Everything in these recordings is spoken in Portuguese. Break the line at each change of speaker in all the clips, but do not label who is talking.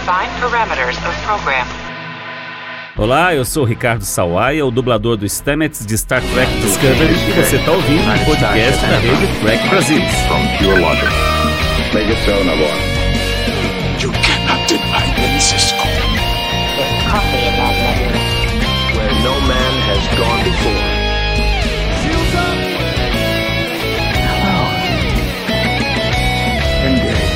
Define parameters of program.
Olá, eu sou o Ricardo Sawaia, o dublador do Stamets de Star Trek Discovery, e você está ouvindo um podcast da rede Trek Brasilis.
You cannot deny me, Cisco.
There's coffee in that letter.
Where no man has gone before.
Hello.
Engage.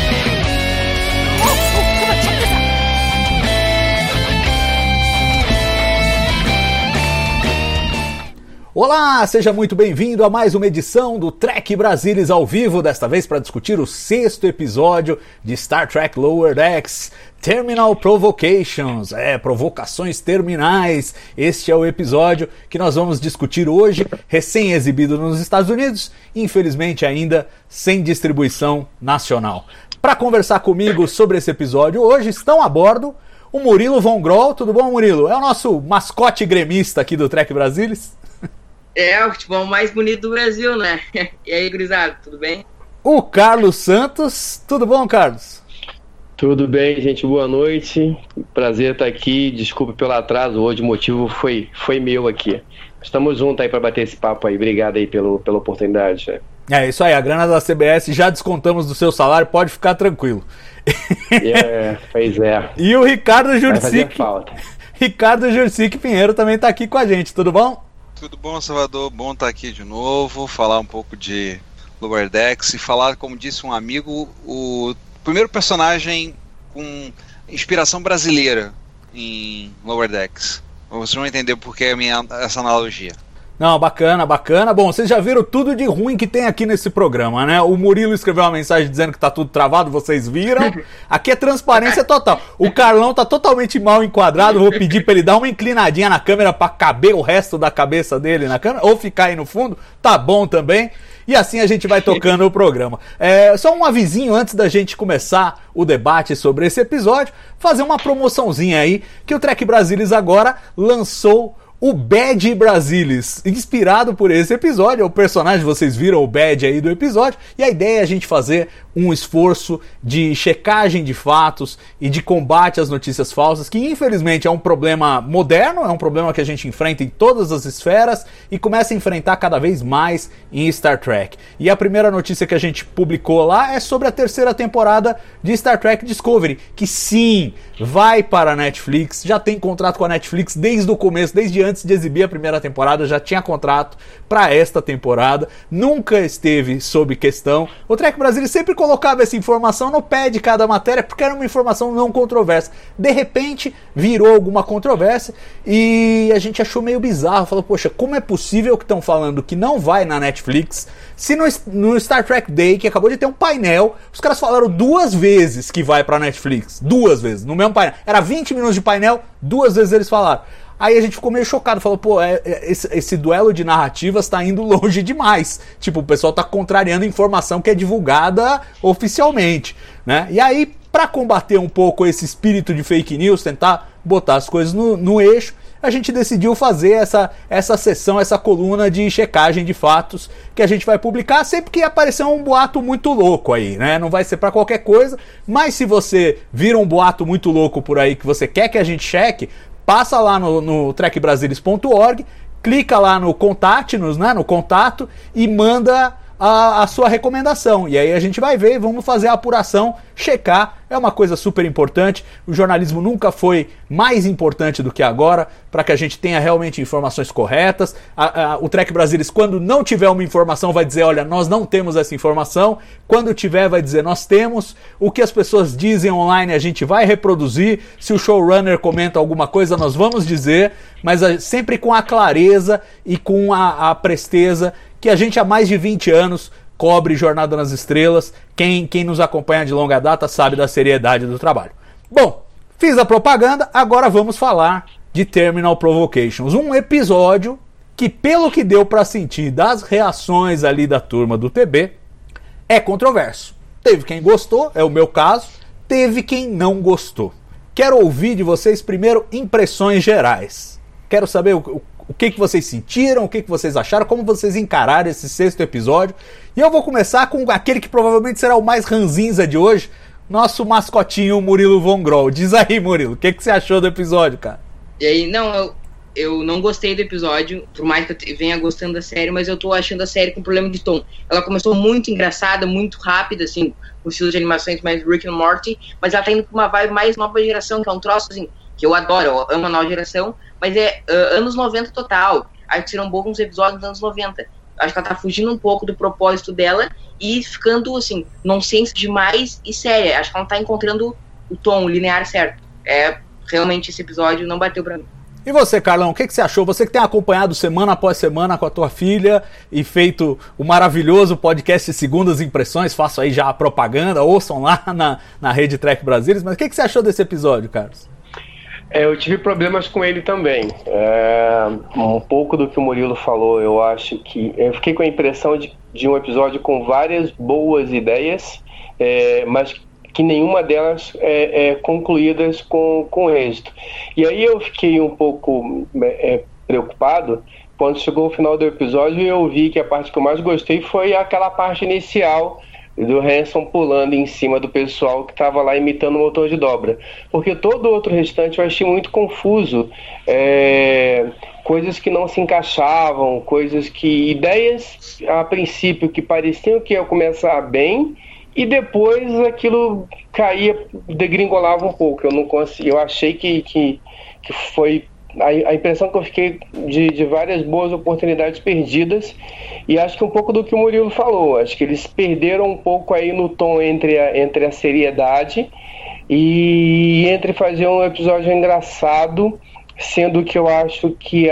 Olá, seja muito bem-vindo a mais uma edição do Trek Brasilis ao vivo, desta vez para discutir o 6º episódio de Star Trek Lower Decks, Terminal Provocations, provocações terminais. Este é o episódio que nós vamos discutir hoje, recém-exibido nos Estados Unidos, infelizmente ainda sem distribuição nacional. Para conversar comigo sobre esse episódio hoje estão a bordo o Murilo Von Groll. Tudo bom, Murilo? É o nosso mascote gremista aqui do Trek Brasilis.
É, o futebol mais bonito do Brasil, né? E aí, gurizada, tudo bem?
O Carlos Santos. Tudo bom, Carlos?
Tudo bem, gente, boa noite. Prazer estar aqui, desculpe pelo atraso hoje, o motivo foi meu aqui. Estamos juntos aí para bater esse papo aí, obrigado aí pela oportunidade. Né?
É isso aí, a grana da CBS já descontamos do seu salário, pode ficar tranquilo.
Pois é.
E o Ricardo Jursic Pinheiro também está aqui com a gente, tudo bom?
Tudo bom, Salvador? Bom estar aqui de novo, falar um pouco de Lower Decks e falar, como disse um amigo, o primeiro personagem com inspiração brasileira em Lower Decks. Vocês vão entender por que essa analogia. Não, bacana. Bom, vocês já viram tudo de ruim que tem aqui nesse programa, né? O Murilo escreveu uma mensagem dizendo que tá tudo travado, vocês viram. Aqui é transparência total. O Carlão tá totalmente mal enquadrado, vou pedir pra ele dar uma inclinadinha na câmera pra caber o resto da cabeça dele na câmera, ou ficar aí no fundo, tá bom também. E assim a gente vai tocando o programa. Só um avisinho antes da gente começar o debate sobre esse episódio, fazer uma promoçãozinha aí, que o Trek Brasilis agora lançou o Badge Brasilis, inspirado por esse episódio. É o personagem, vocês viram o badge aí do episódio, e a ideia é a gente fazer um esforço de checagem de fatos e de combate às notícias falsas, que infelizmente é um problema moderno, é um problema que a gente enfrenta em todas as esferas e começa a enfrentar cada vez mais em Star Trek. E a primeira notícia que a gente publicou lá é sobre a 3ª temporada de Star Trek Discovery, que sim, vai para a Netflix, já tem contrato com a Netflix desde o começo, desde antes de exibir a primeira temporada, já tinha contrato para esta temporada, nunca esteve sob questão. O Trek Brasil sempre colocava essa informação no pé de cada matéria, porque era uma informação não controversa. De repente, virou alguma controvérsia e a gente achou meio bizarro, falou, poxa, como é possível que estão falando que não vai na Netflix, se no Star Trek Day, que acabou de ter um painel, os caras falaram 2 vezes que vai pra Netflix, 2 vezes, no mesmo painel, era 20 minutos de painel, 2 vezes eles falaram. Aí a gente ficou meio chocado, falou, pô, esse duelo de narrativas tá indo longe demais. Tipo, o pessoal tá contrariando informação que é divulgada oficialmente, né? E aí, pra combater um pouco esse espírito de fake news, tentar botar as coisas no eixo, a gente decidiu fazer essa sessão, essa coluna de checagem de fatos que a gente vai publicar sempre que aparecer um boato muito louco aí, né? Não vai ser pra qualquer coisa, mas se você vira um boato muito louco por aí que você quer que a gente cheque, passa lá no trekbrasilis.org, clica lá no Contate-nos, né, no contato, e manda a sua recomendação. E aí a gente vai ver, vamos fazer a apuração, checar. É uma coisa super importante. O jornalismo nunca foi mais importante do que agora, para que a gente tenha realmente informações corretas. O Trek Brasilis, quando não tiver uma informação, vai dizer, olha, nós não temos essa informação. Quando tiver, vai dizer, nós temos. O que as pessoas dizem online, a gente vai reproduzir. Se o showrunner comenta alguma coisa, nós vamos dizer, mas sempre com a clareza e com a presteza que a gente há mais de 20 anos cobre Jornada nas Estrelas. Quem nos acompanha de longa data sabe da seriedade do trabalho. Bom, fiz a propaganda, agora vamos falar de Terminal Provocations. Um episódio que, pelo que deu para sentir das reações ali da turma do TB, é controverso. Teve quem gostou, é o meu caso, teve quem não gostou. Quero ouvir de vocês primeiro impressões gerais. Quero saber o que vocês sentiram, o que vocês acharam, como vocês encararam esse 6º episódio. E eu vou começar com aquele que provavelmente será o mais ranzinza de hoje,
nosso mascotinho Murilo Von Groll. Diz aí, Murilo, o que você achou do episódio, cara?
E aí, não, eu não gostei do episódio, por mais que eu venha gostando da série, mas eu tô achando a série com problema de tom. Ela começou muito engraçada, muito rápida, assim, com estilo de animações mais Rick and Morty, mas ela tá indo pra uma vibe mais nova geração, que é um troço, assim, que eu adoro, eu amo a nova geração, mas é anos 90 total. Acho que serão bons episódios dos anos 90. Acho que ela tá fugindo um pouco do propósito dela e ficando, assim, nonsense demais e séria. Acho que ela não tá encontrando o tom, o linear certo. Realmente esse episódio não bateu pra mim.
E você, Carlão, o que você achou? Você que tem acompanhado semana após semana com a tua filha e feito o maravilhoso podcast Segundas Impressões, faço aí já a propaganda, ouçam lá na Rede Trek Brasilis, mas o que você achou desse episódio, Carlos?
Eu tive problemas com ele também. Um pouco do que o Murilo falou, eu acho que... Eu fiquei com a impressão de um episódio com várias boas ideias, mas que nenhuma delas concluídas com êxito. E aí eu fiquei um pouco preocupado quando chegou o final do episódio e eu vi que a parte que eu mais gostei foi aquela parte inicial do Hanson pulando em cima do pessoal que estava lá imitando o motor de dobra. Porque todo o outro restante eu achei muito confuso. Coisas que não se encaixavam, ideias a princípio que pareciam que ia começar bem, e depois aquilo caía, degringolava um pouco. Eu achei que foi a impressão que eu fiquei de várias boas oportunidades perdidas, e acho que um pouco do que o Murilo falou. Acho que eles perderam um pouco aí no tom entre a seriedade e entre fazer um episódio engraçado, sendo que eu acho que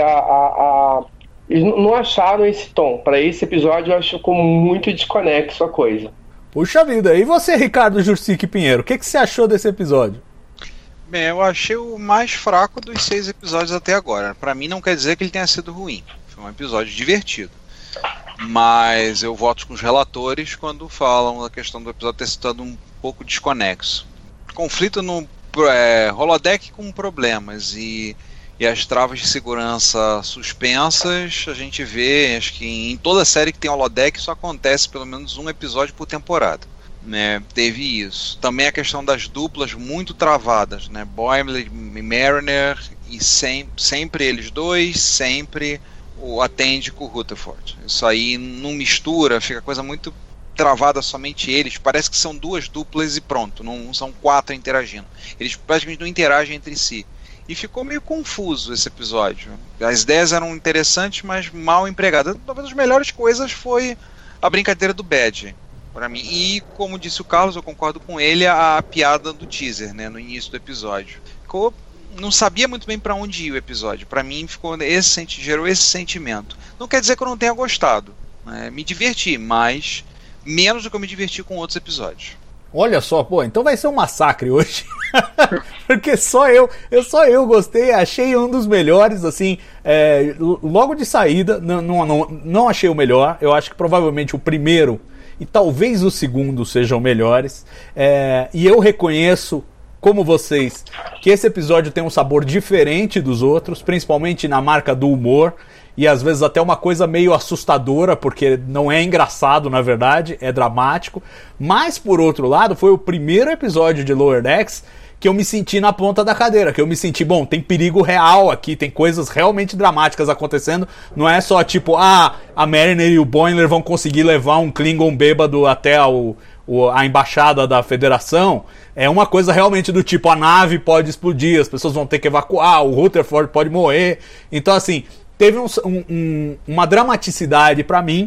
eles não acharam esse tom. Para esse episódio eu acho como muito desconexo a coisa.
Puxa vida, e você, Ricardo Jursic Pinheiro, o que você achou desse episódio?
Bem, eu achei o mais fraco dos 6 episódios até agora. Pra mim não quer dizer que ele tenha sido ruim. Foi um episódio divertido. Mas eu voto com os relatores quando falam da questão do episódio ter sido um pouco desconexo. Conflito no holodeck com problemas e as travas de segurança suspensas, a gente vê, acho que em toda série que tem holodeck isso acontece pelo menos um episódio por temporada, né? Teve isso. Também a questão das duplas muito travadas, né? Boimler e Mariner, e sempre eles dois, sempre o Attend com o Rutherford. Isso aí não mistura, fica coisa muito travada, somente eles. Parece que são duas duplas e pronto, não são 4 interagindo. Eles praticamente não interagem entre si. E ficou meio confuso esse episódio. As ideias eram interessantes, mas mal empregadas. Talvez as melhores coisas foi a brincadeira do Badge, para mim. E, como disse o Carlos, eu concordo com ele, a piada do teaser, né, no início do episódio. Não sabia muito bem para onde ia o episódio. Para mim gerou esse sentimento. Não quer dizer que eu não tenha gostado, né? Me diverti, mas menos do que eu me diverti com outros episódios.
Olha só, então vai ser um massacre hoje. Porque só eu gostei, achei um dos melhores, assim, logo de saída. Não achei o melhor. Eu acho que provavelmente o primeiro e talvez o segundo sejam melhores. E eu reconheço, como vocês, que esse episódio tem um sabor diferente dos outros, principalmente na marca do humor. E às vezes até uma coisa meio assustadora, porque não é engraçado, na verdade, é dramático. Mas, por outro lado, foi o primeiro episódio de Lower Decks que eu me senti na ponta da cadeira, que eu me senti, tem perigo real aqui, tem coisas realmente dramáticas acontecendo. Não é só tipo, a Mariner e o Boimler vão conseguir levar um Klingon bêbado até a embaixada da Federação. É uma coisa realmente do tipo, a nave pode explodir, as pessoas vão ter que evacuar, o Rutherford pode morrer. Então, assim, teve uma dramaticidade pra mim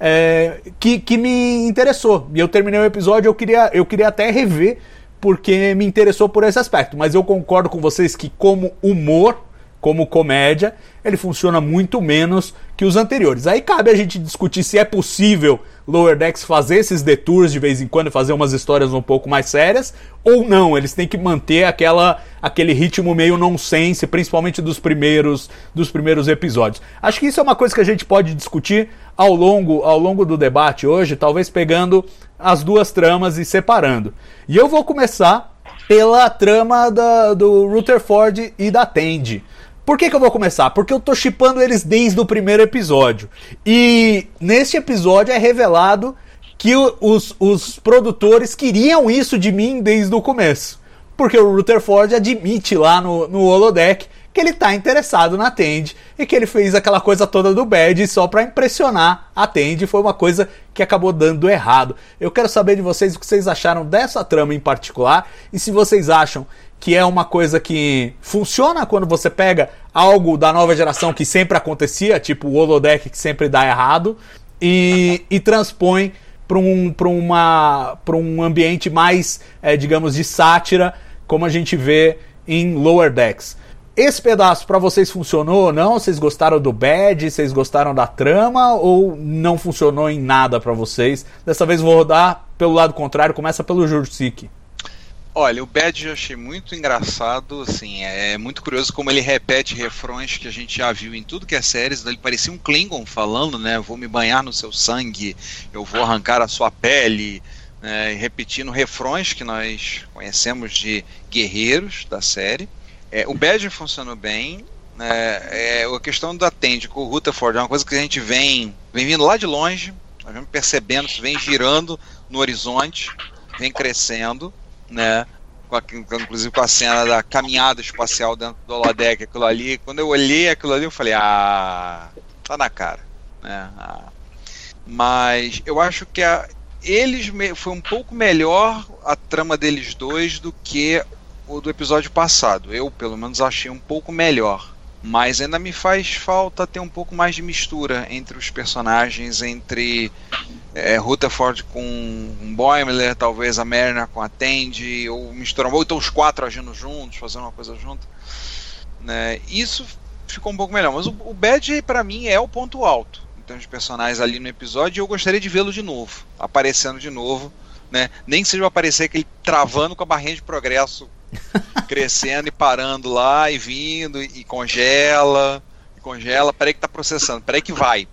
que me interessou. E eu terminei o episódio, eu queria até rever, porque me interessou por esse aspecto. Mas eu concordo com vocês que, como humor, como comédia, ele funciona muito menos que os anteriores. Aí cabe a gente discutir se é possível Lower Decks fazer esses detours de vez em quando e fazer umas histórias um pouco mais sérias, ou não. Eles têm que manter aquele ritmo meio nonsense, principalmente dos primeiros episódios. Acho que isso é uma coisa que a gente pode discutir ao longo do debate hoje, talvez pegando as duas tramas e separando. E eu vou começar pela trama do Rutherford e da Tendi. Por que eu vou começar? Porque eu tô shippando eles desde o primeiro episódio. E neste episódio é revelado que os produtores queriam isso de mim desde o começo. Porque o Rutherford admite lá no holodeck que ele tá interessado na Tandy e que ele fez aquela coisa toda do Bad só pra impressionar a Tandy. Foi uma coisa que acabou dando errado. Eu quero saber de vocês o que vocês acharam dessa trama em particular e se vocês acham que é uma coisa que funciona quando você pega algo da nova geração que sempre acontecia, tipo o holodeck que sempre dá errado, e transpõe para um ambiente mais, digamos, de sátira, como a gente vê em Lower Decks. Esse pedaço para vocês funcionou ou não? Vocês gostaram do Bad? Vocês gostaram da trama? Ou não funcionou em nada para vocês? Dessa vez vou rodar pelo lado contrário. Começa pelo Jursik.
Olha, o Bad eu achei muito engraçado, assim, é muito curioso como ele repete refrões que a gente já viu em tudo que é séries. Ele parecia um Klingon falando, né, vou me banhar no seu sangue, eu vou arrancar a sua pele, né, repetindo refrões que nós conhecemos de guerreiros da série. O Bad funcionou bem, a questão da Tandy com o Rutherford é uma coisa que a gente vem vindo lá de longe, nós vamos percebendo, isso vem girando no horizonte, vem crescendo, né? Inclusive com a cena da caminhada espacial dentro do holodeck, aquilo ali, quando eu olhei aquilo ali eu falei, tá na cara, né? Mas eu acho que foi um pouco melhor a trama deles dois do que o do episódio passado. Eu pelo menos achei um pouco melhor, mas ainda me faz falta ter um pouco mais de mistura entre os personagens, entre Rutherford com Boimler, talvez a Mariner com a Tandy, ou misturando, ou então os quatro agindo juntos, fazendo uma coisa junto, né? Isso ficou um pouco melhor, mas o Bad pra mim é o ponto alto em termos de personagens ali no episódio, e eu gostaria de vê-lo de novo, aparecendo de novo, né? Nem que seja pra aparecer aquele travando com a barrinha de progresso crescendo e parando lá e vindo e congela, peraí que tá processando, peraí que vai.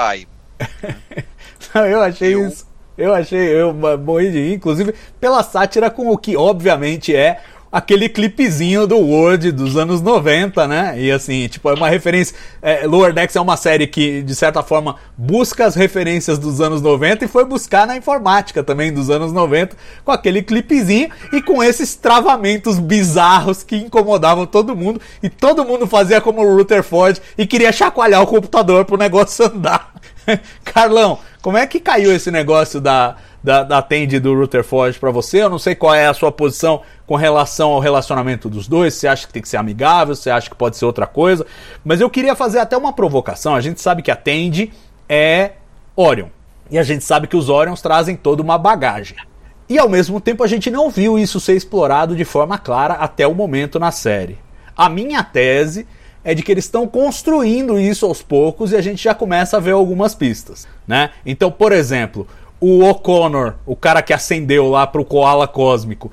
Eu achei isso, eu morri de rir, inclusive pela sátira com o que obviamente é aquele clipezinho do Word dos anos 90, né? E assim, tipo, é uma referência. Lower Decks é uma série que, de certa forma, busca as referências dos anos 90 e foi buscar na informática também dos anos 90, com aquele clipezinho e com esses travamentos bizarros que incomodavam todo mundo. E todo mundo fazia como o Rutherford e queria chacoalhar o computador pro negócio andar. Carlão, como é que caiu esse negócio da Tandy do Rutherford pra você? Eu não sei qual é a sua posição com relação ao relacionamento dos dois. Você acha que tem que ser amigável? Você acha que pode ser outra coisa? Mas eu queria fazer até uma provocação. A gente sabe que a Tandy é Orion. E a gente sabe que os Orions trazem toda uma bagagem. E ao mesmo tempo a gente não viu isso ser explorado de forma clara até o momento na série. A minha tese é de que eles estão construindo isso aos poucos e a gente já começa a ver algumas pistas, né? Então, por exemplo, o O'Connor, o cara que acendeu lá pro Koala Cósmico,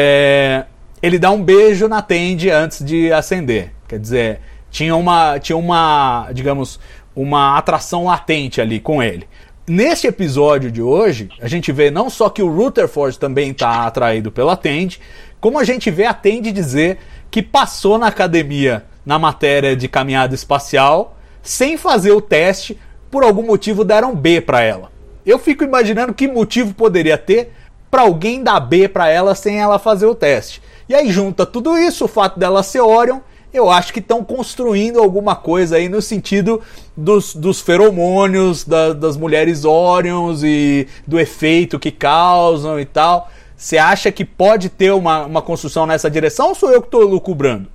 ele dá um beijo na Tandy antes de acender. Quer dizer, tinha uma, digamos, uma atração latente ali com ele. Neste episódio de hoje, a gente vê não só que o Rutherford também está atraído pela Tandy, como a gente vê a Tandy dizer que passou na academia na matéria de caminhada espacial, sem fazer o teste, por algum motivo deram B para ela. Eu fico imaginando que motivo poderia ter para alguém dar B para ela sem ela fazer o teste. E aí junta tudo isso, o fato dela ser Orion, eu acho que estão construindo alguma coisa aí no sentido dos feromônios, das mulheres Orions e do efeito que causam e tal. Você acha que pode ter uma construção nessa direção ou sou eu que estou lucubrando?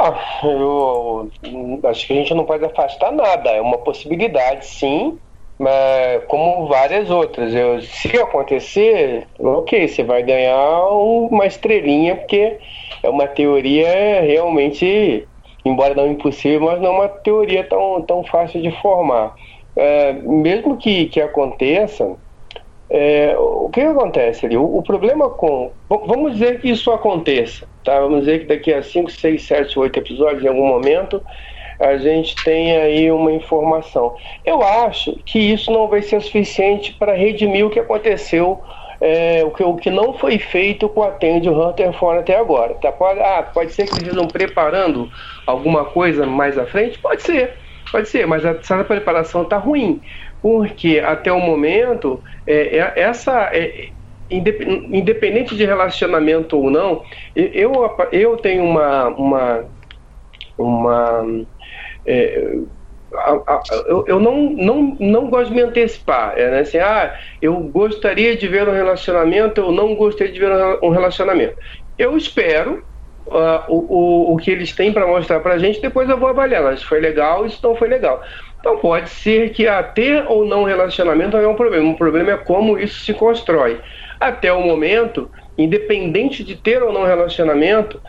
Eu acho que a gente não pode afastar nada, é uma possibilidade sim, mas como várias outras. Se acontecer, ok, você vai ganhar uma estrelinha, porque é uma teoria realmente, embora não impossível, mas não é uma teoria tão fácil de formar. Mesmo que aconteça, o que acontece ali? O problema vamos dizer que isso aconteça, tá? Vamos dizer que daqui a 5, 6, 7, 8 episódios, em algum momento, a gente tem aí uma informação. Eu acho que isso não vai ser suficiente para redimir o que aconteceu, o que não foi feito com a Tandy e o Rutherford até agora. Tá? Pode ser que eles estejam preparando alguma coisa mais à frente? Pode ser, mas essa preparação está ruim. porque até o momento, independente de relacionamento ou não, eu tenho eu não gosto de me antecipar, né? Assim, eu gostaria de ver um relacionamento, eu não gostaria de ver um relacionamento. Eu espero o que eles têm para mostrar para a gente, depois eu vou avaliar, se foi legal, isso não foi legal. Então pode ser que ter ou não relacionamento não é um problema, o problema é como isso se constrói. Até o momento, independente de ter ou não relacionamento,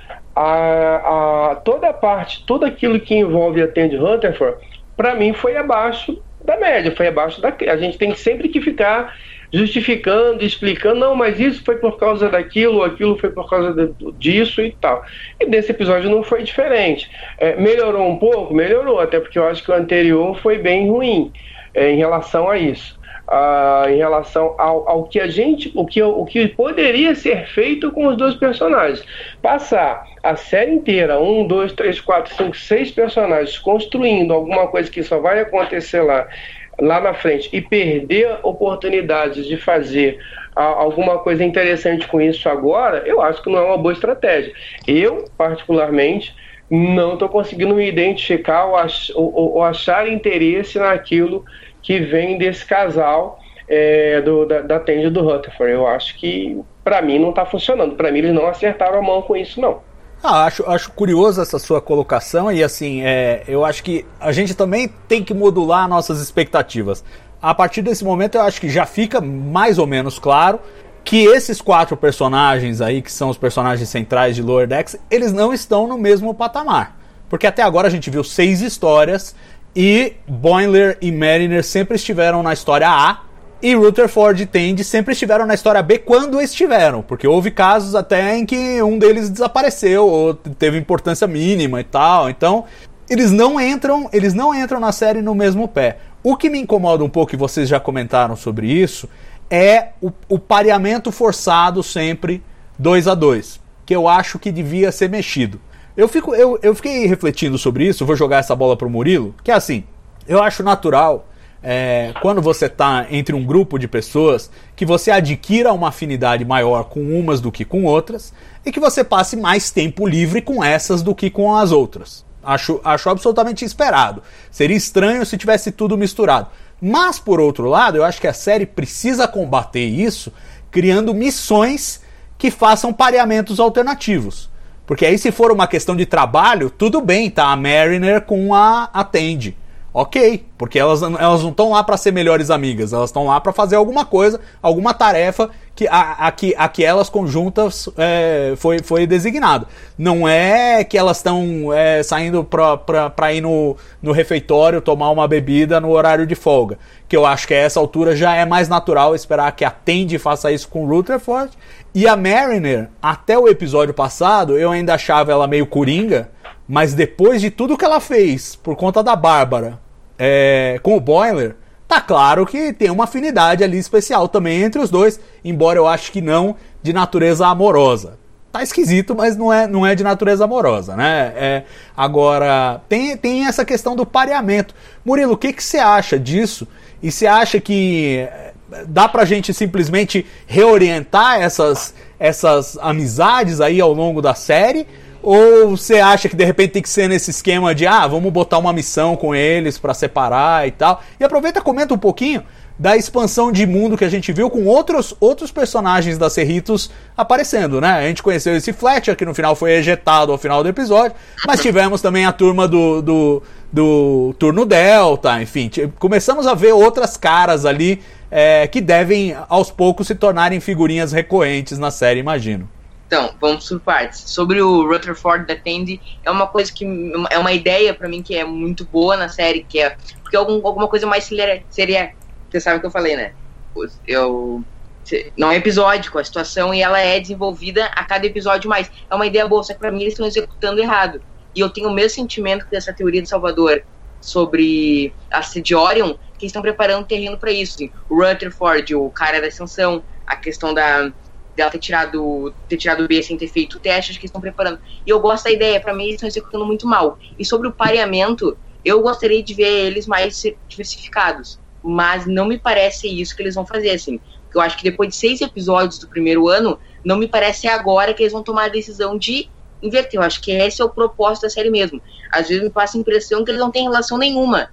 tudo aquilo que envolve a Tandy Rutherford, para mim foi abaixo da média, foi abaixo a gente tem sempre que ficar justificando, explicando, não, mas isso foi por causa daquilo, aquilo foi por causa disso e tal. E desse episódio não foi diferente. Melhorou um pouco? Melhorou, até porque eu acho que o anterior foi bem ruim em relação a isso. Em relação ao que o que poderia ser feito com os dois personagens. Passar a série inteira, 1, 2, 3, 4, 5, 6 personagens construindo alguma coisa que só vai acontecer lá na frente e perder oportunidades de fazer alguma coisa interessante com isso agora, eu acho que não é uma boa estratégia. Eu, particularmente, não estou conseguindo me identificar ou achar interesse naquilo que vem desse casal da Tandy e do Rutherford. Eu acho que, para mim, não está funcionando. Para mim, eles não acertaram a mão com isso, não.
Acho curioso essa sua colocação e assim, eu acho que a gente também tem que modular nossas expectativas. A partir desse momento eu acho que já fica mais ou menos claro que esses 4 personagens aí, que são os personagens centrais de Lower Decks, eles não estão no mesmo patamar. Porque até agora a gente viu 6 histórias e Boimler e Mariner sempre estiveram na história A, e Rutherford e Tandy sempre estiveram na história B quando estiveram, porque houve casos até em que um deles desapareceu ou teve importância mínima e tal. Então eles não entram na série no mesmo pé. O que me incomoda um pouco, e vocês já comentaram sobre isso, é o pareamento forçado sempre 2-2, que eu acho que devia ser mexido. Eu fiquei refletindo sobre isso, vou jogar essa bola pro Murilo, que é assim, eu acho natural, quando você está entre um grupo de pessoas, que você adquira uma afinidade maior com umas do que com outras, e que você passe mais tempo livre com essas do que com as outras. Acho absolutamente esperado. Seria estranho se tivesse tudo misturado. Mas, por outro lado, eu acho que a série precisa combater isso criando missões que façam pareamentos alternativos. Porque aí, se for uma questão de trabalho, tudo bem, tá? A Mariner com a Tandy. Ok, porque elas não estão lá para ser melhores amigas, elas estão lá para fazer alguma coisa, alguma tarefa que a que elas conjuntas foi designado. Não é que elas estão saindo para ir no refeitório tomar uma bebida no horário de folga, que eu acho que a essa altura já é mais natural esperar que a Tandy faça isso com Rutherford. E a Mariner, até o episódio passado, eu ainda achava ela meio coringa, mas depois de tudo que ela fez por conta da Bárbara com o Boimler, tá claro que tem uma afinidade ali especial também entre os dois, embora eu acho que não de natureza amorosa. Tá esquisito, mas não é de natureza amorosa, né? Agora, tem essa questão do pareamento. Murilo, o que você acha disso? E você acha que dá pra gente simplesmente reorientar essas amizades aí ao longo da série? Ou você acha que de repente tem que ser nesse esquema de vamos botar uma missão com eles pra separar e tal? E aproveita e comenta um pouquinho da expansão de mundo que a gente viu com outros personagens da Cerritos aparecendo, né? A gente conheceu esse Fletcher, que no final foi ejetado ao final do episódio, mas tivemos também a turma do Turno Delta, enfim, começamos a ver outras caras ali que devem aos poucos se tornarem figurinhas recorrentes na série, imagino.
Então, vamos por partes. Sobre o Rutherford da Tandy, é uma coisa que é uma ideia pra mim que é muito boa na série, que é porque alguma coisa mais seria, você sabe o que eu falei, né? Não é episódico a situação e ela é desenvolvida a cada episódio mais. É uma ideia boa, só que pra mim eles estão executando errado. E eu tenho o mesmo sentimento dessa teoria de Salvador sobre a Cid Orion, que estão preparando o terreno pra isso. Assim. O Rutherford, o cara da ascensão, a questão dela ter tirado o B sem ter feito o teste, acho que estão preparando. E eu gosto da ideia, pra mim eles estão executando muito mal. E sobre o pareamento, eu gostaria de ver eles mais diversificados. mas não me parece isso que eles vão fazer, assim. Porque eu acho que depois de 6 episódios do primeiro ano, não me parece agora que eles vão tomar a decisão de inverter. Eu acho que esse é o propósito da série mesmo. Às vezes me passa a impressão que eles não têm relação nenhuma.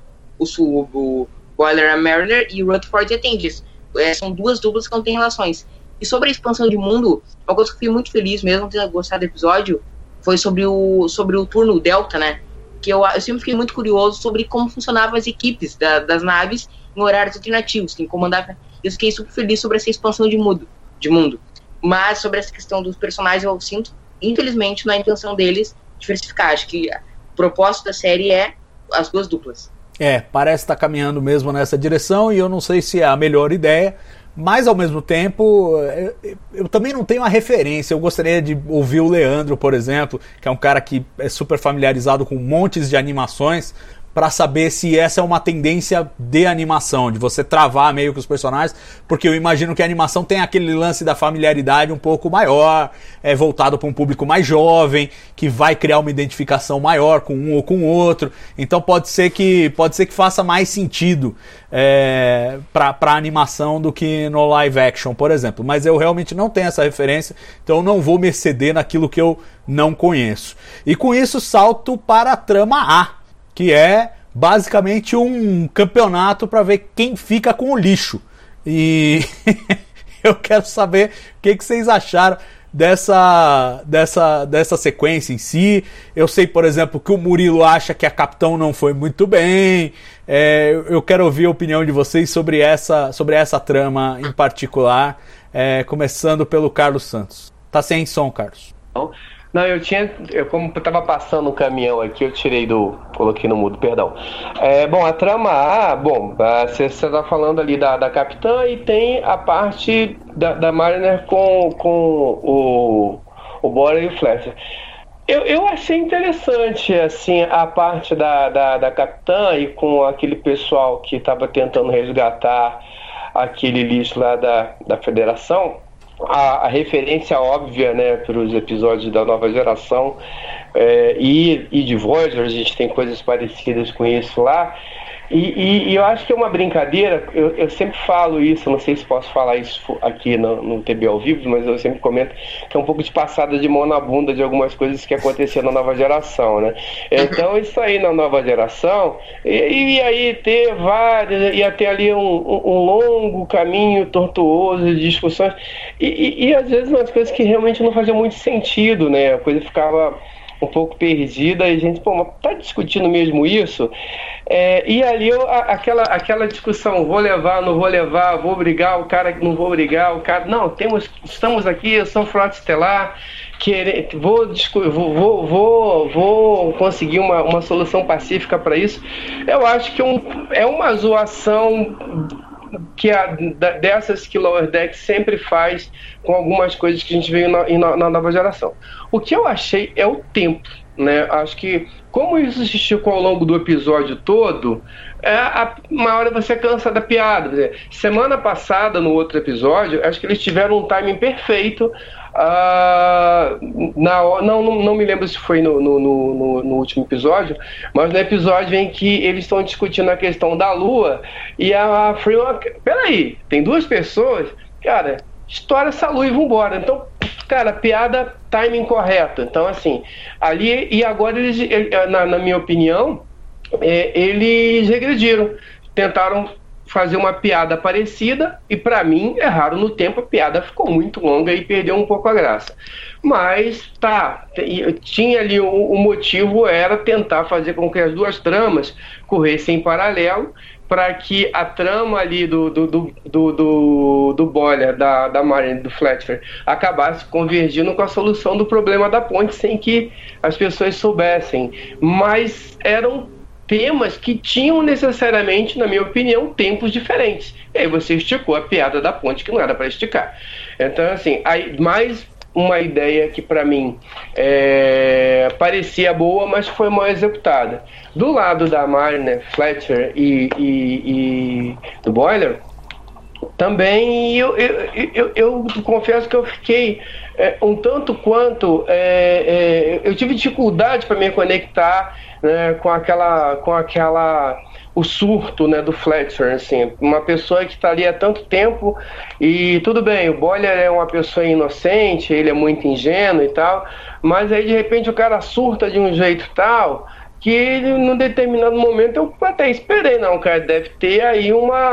O Boiler, a Mariner e o Rutherford e Attendees. São 2 duplas que não têm relações. E sobre a expansão de mundo, uma coisa que eu fiquei muito feliz mesmo ter gostado do episódio foi sobre o turno Delta, né? Que eu sempre fiquei muito curioso sobre como funcionavam as equipes das naves em horários alternativos, quem comandava. Eu fiquei super feliz sobre essa expansão de mundo. Mas sobre essa questão dos personagens, eu sinto, infelizmente, na intenção deles diversificar. Acho que o propósito da série é as 2 duplas.
Parece estar caminhando mesmo nessa direção e eu não sei se é a melhor ideia, mas ao mesmo tempo eu também não tenho a referência. Eu gostaria de ouvir o Leandro, por exemplo, que é um cara que é super familiarizado com montes de animações, para saber se essa é uma tendência de animação, de você travar meio que os personagens, porque eu imagino que a animação tem aquele lance da familiaridade um pouco maior, voltado para um público mais jovem, que vai criar uma identificação maior com um ou com o outro. Então pode ser que faça mais sentido para a animação do que no live action, por exemplo. Mas eu realmente não tenho essa referência, então eu não vou me exceder naquilo que eu não conheço. E com isso salto para a trama A, que é basicamente um campeonato para ver quem fica com o lixo. E eu quero saber o que vocês acharam dessa sequência em si. Eu sei, por exemplo, que o Murilo acha que a Capitão não foi muito bem. Eu quero ouvir a opinião de vocês sobre essa trama em particular, começando pelo Carlos Santos. Tá sem som, Carlos.
Não, como eu tava passando o caminhão aqui, coloquei no mudo, perdão. Bom, a trama A, você tá falando ali da Capitã e tem a parte da Mariner com o Boiler e o Fletcher. Eu achei interessante, assim, a parte da Capitã e com aquele pessoal que tava tentando resgatar aquele lixo lá da Federação. A referência óbvia, né, para os episódios da Nova Geração e de Voyager, a gente tem coisas parecidas com isso lá. E eu acho que é uma brincadeira. Eu sempre falo isso, não sei se posso falar isso aqui no TB ao vivo, mas eu sempre comento que é um pouco de passada de mão na bunda de algumas coisas que aconteceram na Nova Geração, né? Então isso aí na Nova Geração e aí ia ter ali um longo caminho tortuoso de discussões e às vezes umas coisas que realmente não faziam muito sentido, né? A coisa ficava um pouco perdida e a gente, mas tá discutindo mesmo isso? E ali aquela discussão, vou levar, não vou levar, vou brigar, o cara não vou brigar, o cara, não, estamos aqui, eu sou Frota Estelar, vou conseguir uma solução pacífica para isso. Eu acho que é uma zoação dessas que Lower Decks sempre faz com algumas coisas que a gente veio na Nova Geração. O que eu achei é o tempo, né? Acho que como isso se esticou ao longo do episódio todo, uma hora você cansa da piada. Semana passada, no outro episódio, acho que eles tiveram um timing perfeito. Não me lembro se foi no último episódio, mas no episódio em que eles estão discutindo a questão da Lua e a Freeman, peraí, tem 2 pessoas, cara, estoura essa lua e vambora. Então, cara, piada, timing correto. Então, assim, ali, e agora eles, na minha opinião, eles regrediram, tentaram fazer uma piada parecida e, para mim, erraram no tempo. A piada ficou muito longa e perdeu um pouco a graça. Mas tinha ali o motivo era tentar fazer com que as 2 tramas corressem em paralelo, para que a trama ali do Boiler, da Mariner, do Fletcher, acabasse convergindo com a solução do problema da ponte sem que as pessoas soubessem. Mas eram temas que tinham necessariamente, na minha opinião, tempos diferentes. E aí você esticou a piada da ponte que não era para esticar. Então, assim, aí, mais uma ideia que para mim parecia boa, mas foi mal executada. Do lado da Mariner, Fletcher e do Boiler, Também eu confesso que eu fiquei um tanto quanto eu tive dificuldade para me conectar, né, com aquela o surto, né, do Fletcher, assim, uma pessoa que está ali há tanto tempo. E tudo bem, o Boiler é uma pessoa inocente, ele é muito ingênuo e tal, mas aí de repente o cara surta de um jeito tal que ele, num determinado momento, eu até esperei, não, o cara deve ter aí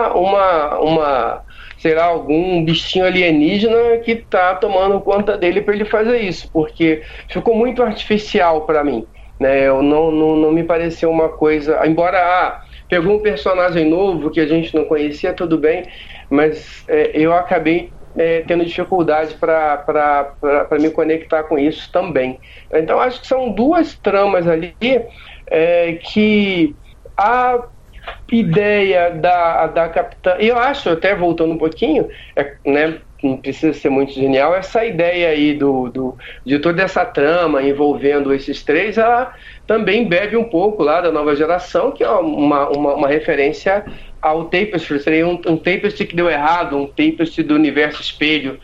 sei lá, algum bichinho alienígena que tá tomando conta dele para ele fazer isso, porque ficou muito artificial para mim, né? Eu não me pareceu uma coisa, embora pegou um personagem novo que a gente não conhecia, tudo bem, mas eu acabei tendo dificuldade para me conectar com isso também. Então acho que são duas tramas ali que a ideia da capitã, e eu acho, até voltando um pouquinho, né, não precisa ser muito genial, essa ideia aí de toda essa trama envolvendo esses três, ela também bebe um pouco lá da Nova Geração, que é uma referência ao Tapestry. Seria um Tapestry que deu errado, um Tapestry do universo espelho,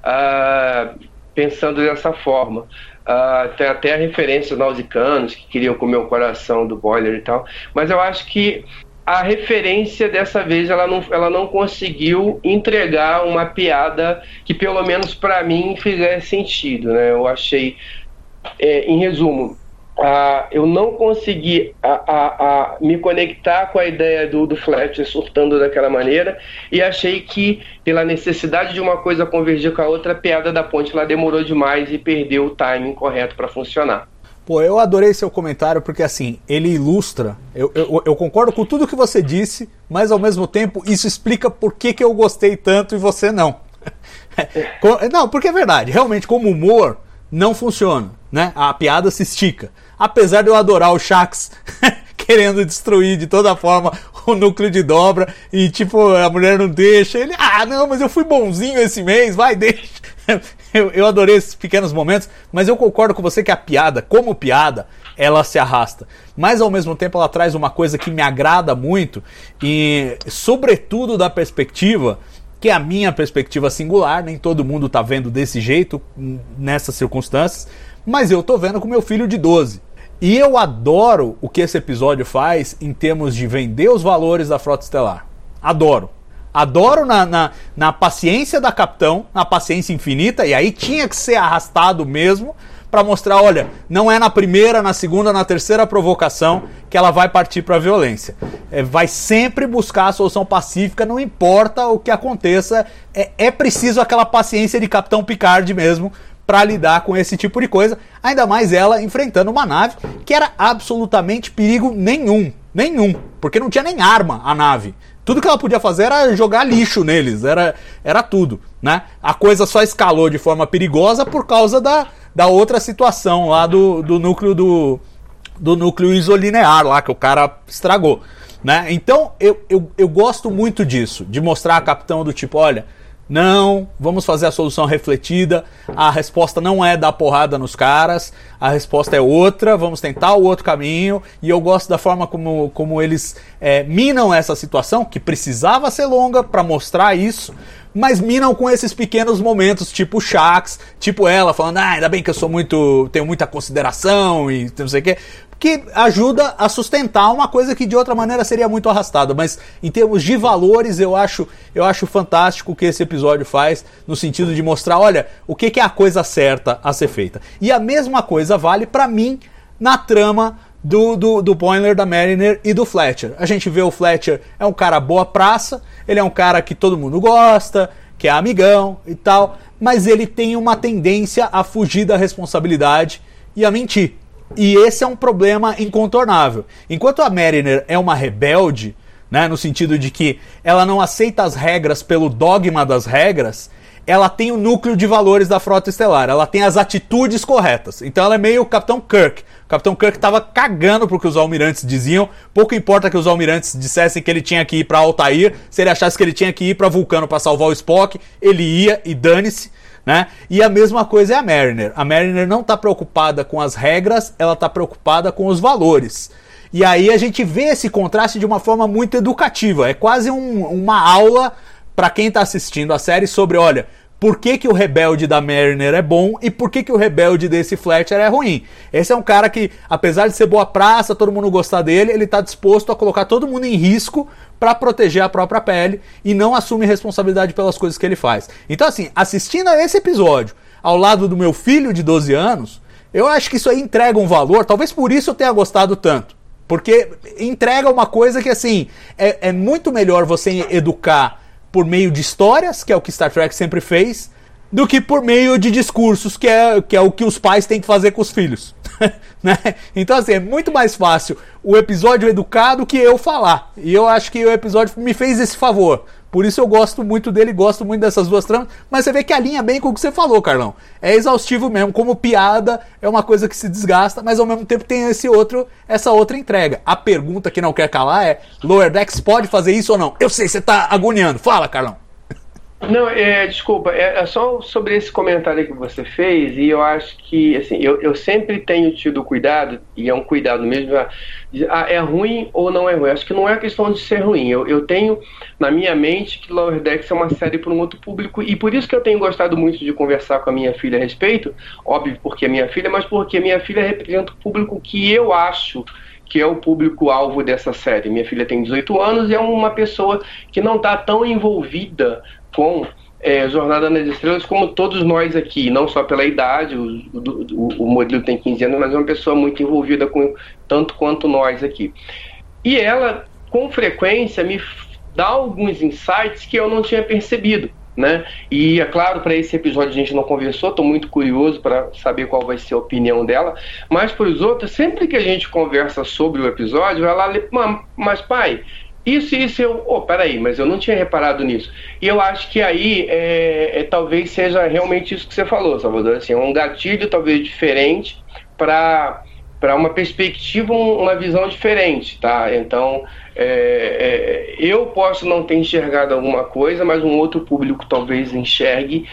pensando dessa forma. Tem até a referência aos nausicanos que queriam comer o coração do Boiler e tal, mas eu acho que a referência dessa vez ela não conseguiu entregar uma piada que pelo menos para mim fizesse sentido, né? Eu achei, em resumo, eu não consegui me conectar com a ideia do Fletcher surtando daquela maneira, e achei que pela necessidade de uma coisa convergir com a outra, a piada da ponte lá demorou demais e perdeu o timing correto para funcionar.
Pô, eu adorei seu comentário porque, assim, ele ilustra, eu concordo com tudo que você disse, mas ao mesmo tempo isso explica por que eu gostei tanto e você não. Não, porque é verdade, realmente como humor não funciona, né? A piada se estica. Apesar de eu adorar o Shax querendo destruir de toda forma o núcleo de dobra e tipo, a mulher não deixa, ele, não, mas eu fui bonzinho esse mês, vai, deixa. Eu adorei esses pequenos momentos, mas eu concordo com você que a piada, como piada, ela se arrasta. Mas ao mesmo tempo ela traz uma coisa que me agrada muito, e sobretudo da perspectiva, que é a minha perspectiva singular, nem todo mundo tá vendo desse jeito, nessas circunstâncias, mas eu tô vendo com meu filho de 12. E eu adoro o que esse episódio faz em termos de vender os valores da Frota Estelar. Adoro. Adoro na paciência da Capitão, na paciência infinita, e aí tinha que ser arrastado mesmo para mostrar, olha, não é na primeira, na segunda, na terceira provocação que ela vai partir para a violência. Vai sempre buscar a solução pacífica, não importa o que aconteça, é preciso aquela paciência de Capitão Picard mesmo para lidar com esse tipo de coisa, ainda mais ela enfrentando uma nave que era absolutamente perigo nenhum, porque não tinha nem arma a nave. Tudo que ela podia fazer era jogar lixo neles, era tudo, né? A coisa só escalou de forma perigosa por causa da outra situação lá do núcleo do núcleo isolinear lá, que o cara estragou, né? Então eu gosto muito disso, de mostrar a Capitão do tipo, olha, não, vamos fazer a solução refletida, a resposta não é dar porrada nos caras, a resposta é outra, vamos tentar o outro caminho, e eu gosto da forma como eles minam essa situação, que precisava ser longa para mostrar isso, mas minam com esses pequenos momentos, tipo o Shax, tipo ela falando, ainda bem que eu tenho muita consideração e não sei o que, que ajuda a sustentar uma coisa que de outra maneira seria muito arrastada, mas em termos de valores eu acho fantástico o que esse episódio faz, no sentido de mostrar, olha, o que é a coisa certa a ser feita. E a mesma coisa vale pra mim na trama do Boiler, da Mariner e do Fletcher. A gente vê o Fletcher é um cara boa praça, ele é um cara que todo mundo gosta, que é amigão e tal, mas ele tem uma tendência a fugir da responsabilidade e a mentir. E esse é um problema incontornável. Enquanto a Mariner é uma rebelde, né, no sentido de que ela não aceita as regras pelo dogma das regras, ela tem o núcleo de valores da Frota Estelar, ela tem as atitudes corretas. Então ela é meio o Capitão Kirk. O Capitão Kirk estava cagando porque os almirantes diziam, pouco importa que os almirantes dissessem que ele tinha que ir para Altair, se ele achasse que ele tinha que ir para Vulcano para salvar o Spock, ele ia e dane-se. Né? E a mesma coisa é a Mariner. A Mariner não está preocupada com as regras, ela está preocupada com os valores. E aí a gente vê esse contraste de uma forma muito educativa. É quase uma aula pra quem tá assistindo a série sobre, olha, por que o rebelde da Mariner é bom e por que o rebelde desse Fletcher é ruim. Esse é um cara que, apesar de ser boa praça, todo mundo gostar dele, ele tá disposto a colocar todo mundo em risco pra proteger a própria pele e não assume responsabilidade pelas coisas que ele faz. Então, assim, assistindo a esse episódio ao lado do meu filho de 12 anos, eu acho que isso aí entrega um valor, talvez por isso eu tenha gostado tanto. Porque entrega uma coisa que, assim, é muito melhor você educar por meio de histórias, que é o que Star Trek sempre fez, do que por meio de discursos, que é o que os pais têm que fazer com os filhos. Né? Então, assim, é muito mais fácil o episódio educar do que eu falar. E eu acho que o episódio me fez esse favor. Por isso eu gosto muito dele, gosto muito dessas duas tramas. Mas você vê que alinha bem com o que você falou, Carlão. É exaustivo mesmo, como piada, é uma coisa que se desgasta, mas ao mesmo tempo tem essa outra entrega. A pergunta que não quer calar é: Lower Decks pode fazer isso ou não? Eu sei, você tá agoniando. Fala, Carlão.
Não, desculpa, é só sobre esse comentário que você fez, e eu acho que, assim, eu sempre tenho tido cuidado, e é um cuidado mesmo, é ruim ou não é ruim. Acho que não é questão de ser ruim. Eu tenho na minha mente que Lower Decks é uma série para um outro público, e por isso que eu tenho gostado muito de conversar com a minha filha a respeito, óbvio porque é minha filha, mas porque minha filha representa o público que eu acho que é o público-alvo dessa série. Minha filha tem 18 anos e é uma pessoa que não está tão envolvida com Jornada nas Estrelas como todos nós aqui, não só pela idade, o Murilo tem 15 anos, mas é uma pessoa muito envolvida com tanto quanto nós aqui. E ela, com frequência, me dá alguns insights que eu não tinha percebido, né? E é claro, para esse episódio a gente não conversou, estou muito curioso para saber qual vai ser a opinião dela, mas para os outros, sempre que a gente conversa sobre o episódio, ela mas pai, isso eu, peraí, mas eu não tinha reparado nisso. E eu acho que aí talvez seja realmente isso que você falou, Salvador, assim, um gatilho talvez diferente para uma perspectiva, uma visão diferente, tá? Então, eu posso não ter enxergado alguma coisa, mas um outro público talvez enxergue,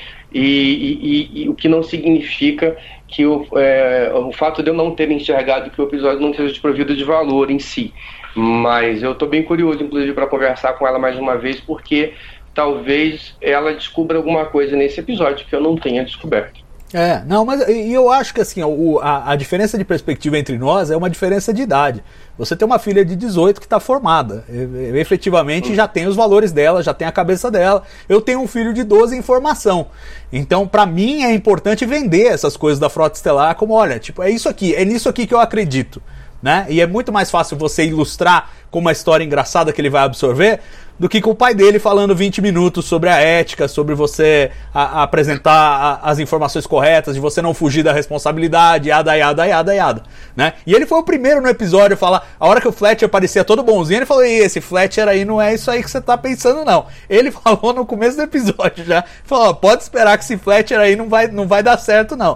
e o que não significa que o fato de eu não ter enxergado que o episódio não seja desprovido de valor em si. Mas eu estou bem curioso, inclusive, para conversar com ela mais uma vez, porque talvez ela descubra alguma coisa nesse episódio que eu não tenha descoberto.
Não, mas eu acho que assim, a diferença de perspectiva entre nós é uma diferença de idade. Você tem uma filha de 18 que está formada, efetivamente já tem os valores dela, já tem a cabeça dela. Eu tenho um filho de 12 em formação. Então, para mim, é importante vender essas coisas da Frota Estelar como, olha, tipo, é isso aqui, é nisso aqui que eu acredito. Né? E é muito mais fácil você ilustrar com uma história engraçada que ele vai absorver do que com o pai dele falando 20 minutos sobre a ética, sobre você apresentar as informações corretas, de você não fugir da responsabilidade, yada, né? E ele foi o primeiro no episódio a falar, a hora que o Fletcher parecia todo bonzinho, ele falou, esse Fletcher aí não é isso aí que você tá pensando não. Ele falou no começo do episódio já, falou, pode esperar que esse Fletcher aí não vai dar certo não.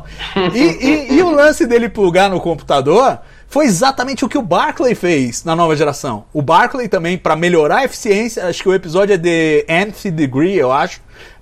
E o lance dele plugar no computador foi exatamente o que o Barclay fez na Nova Geração. O Barclay também, para melhorar a eficiência, acho que o episódio é de Nth Degree, eu acho,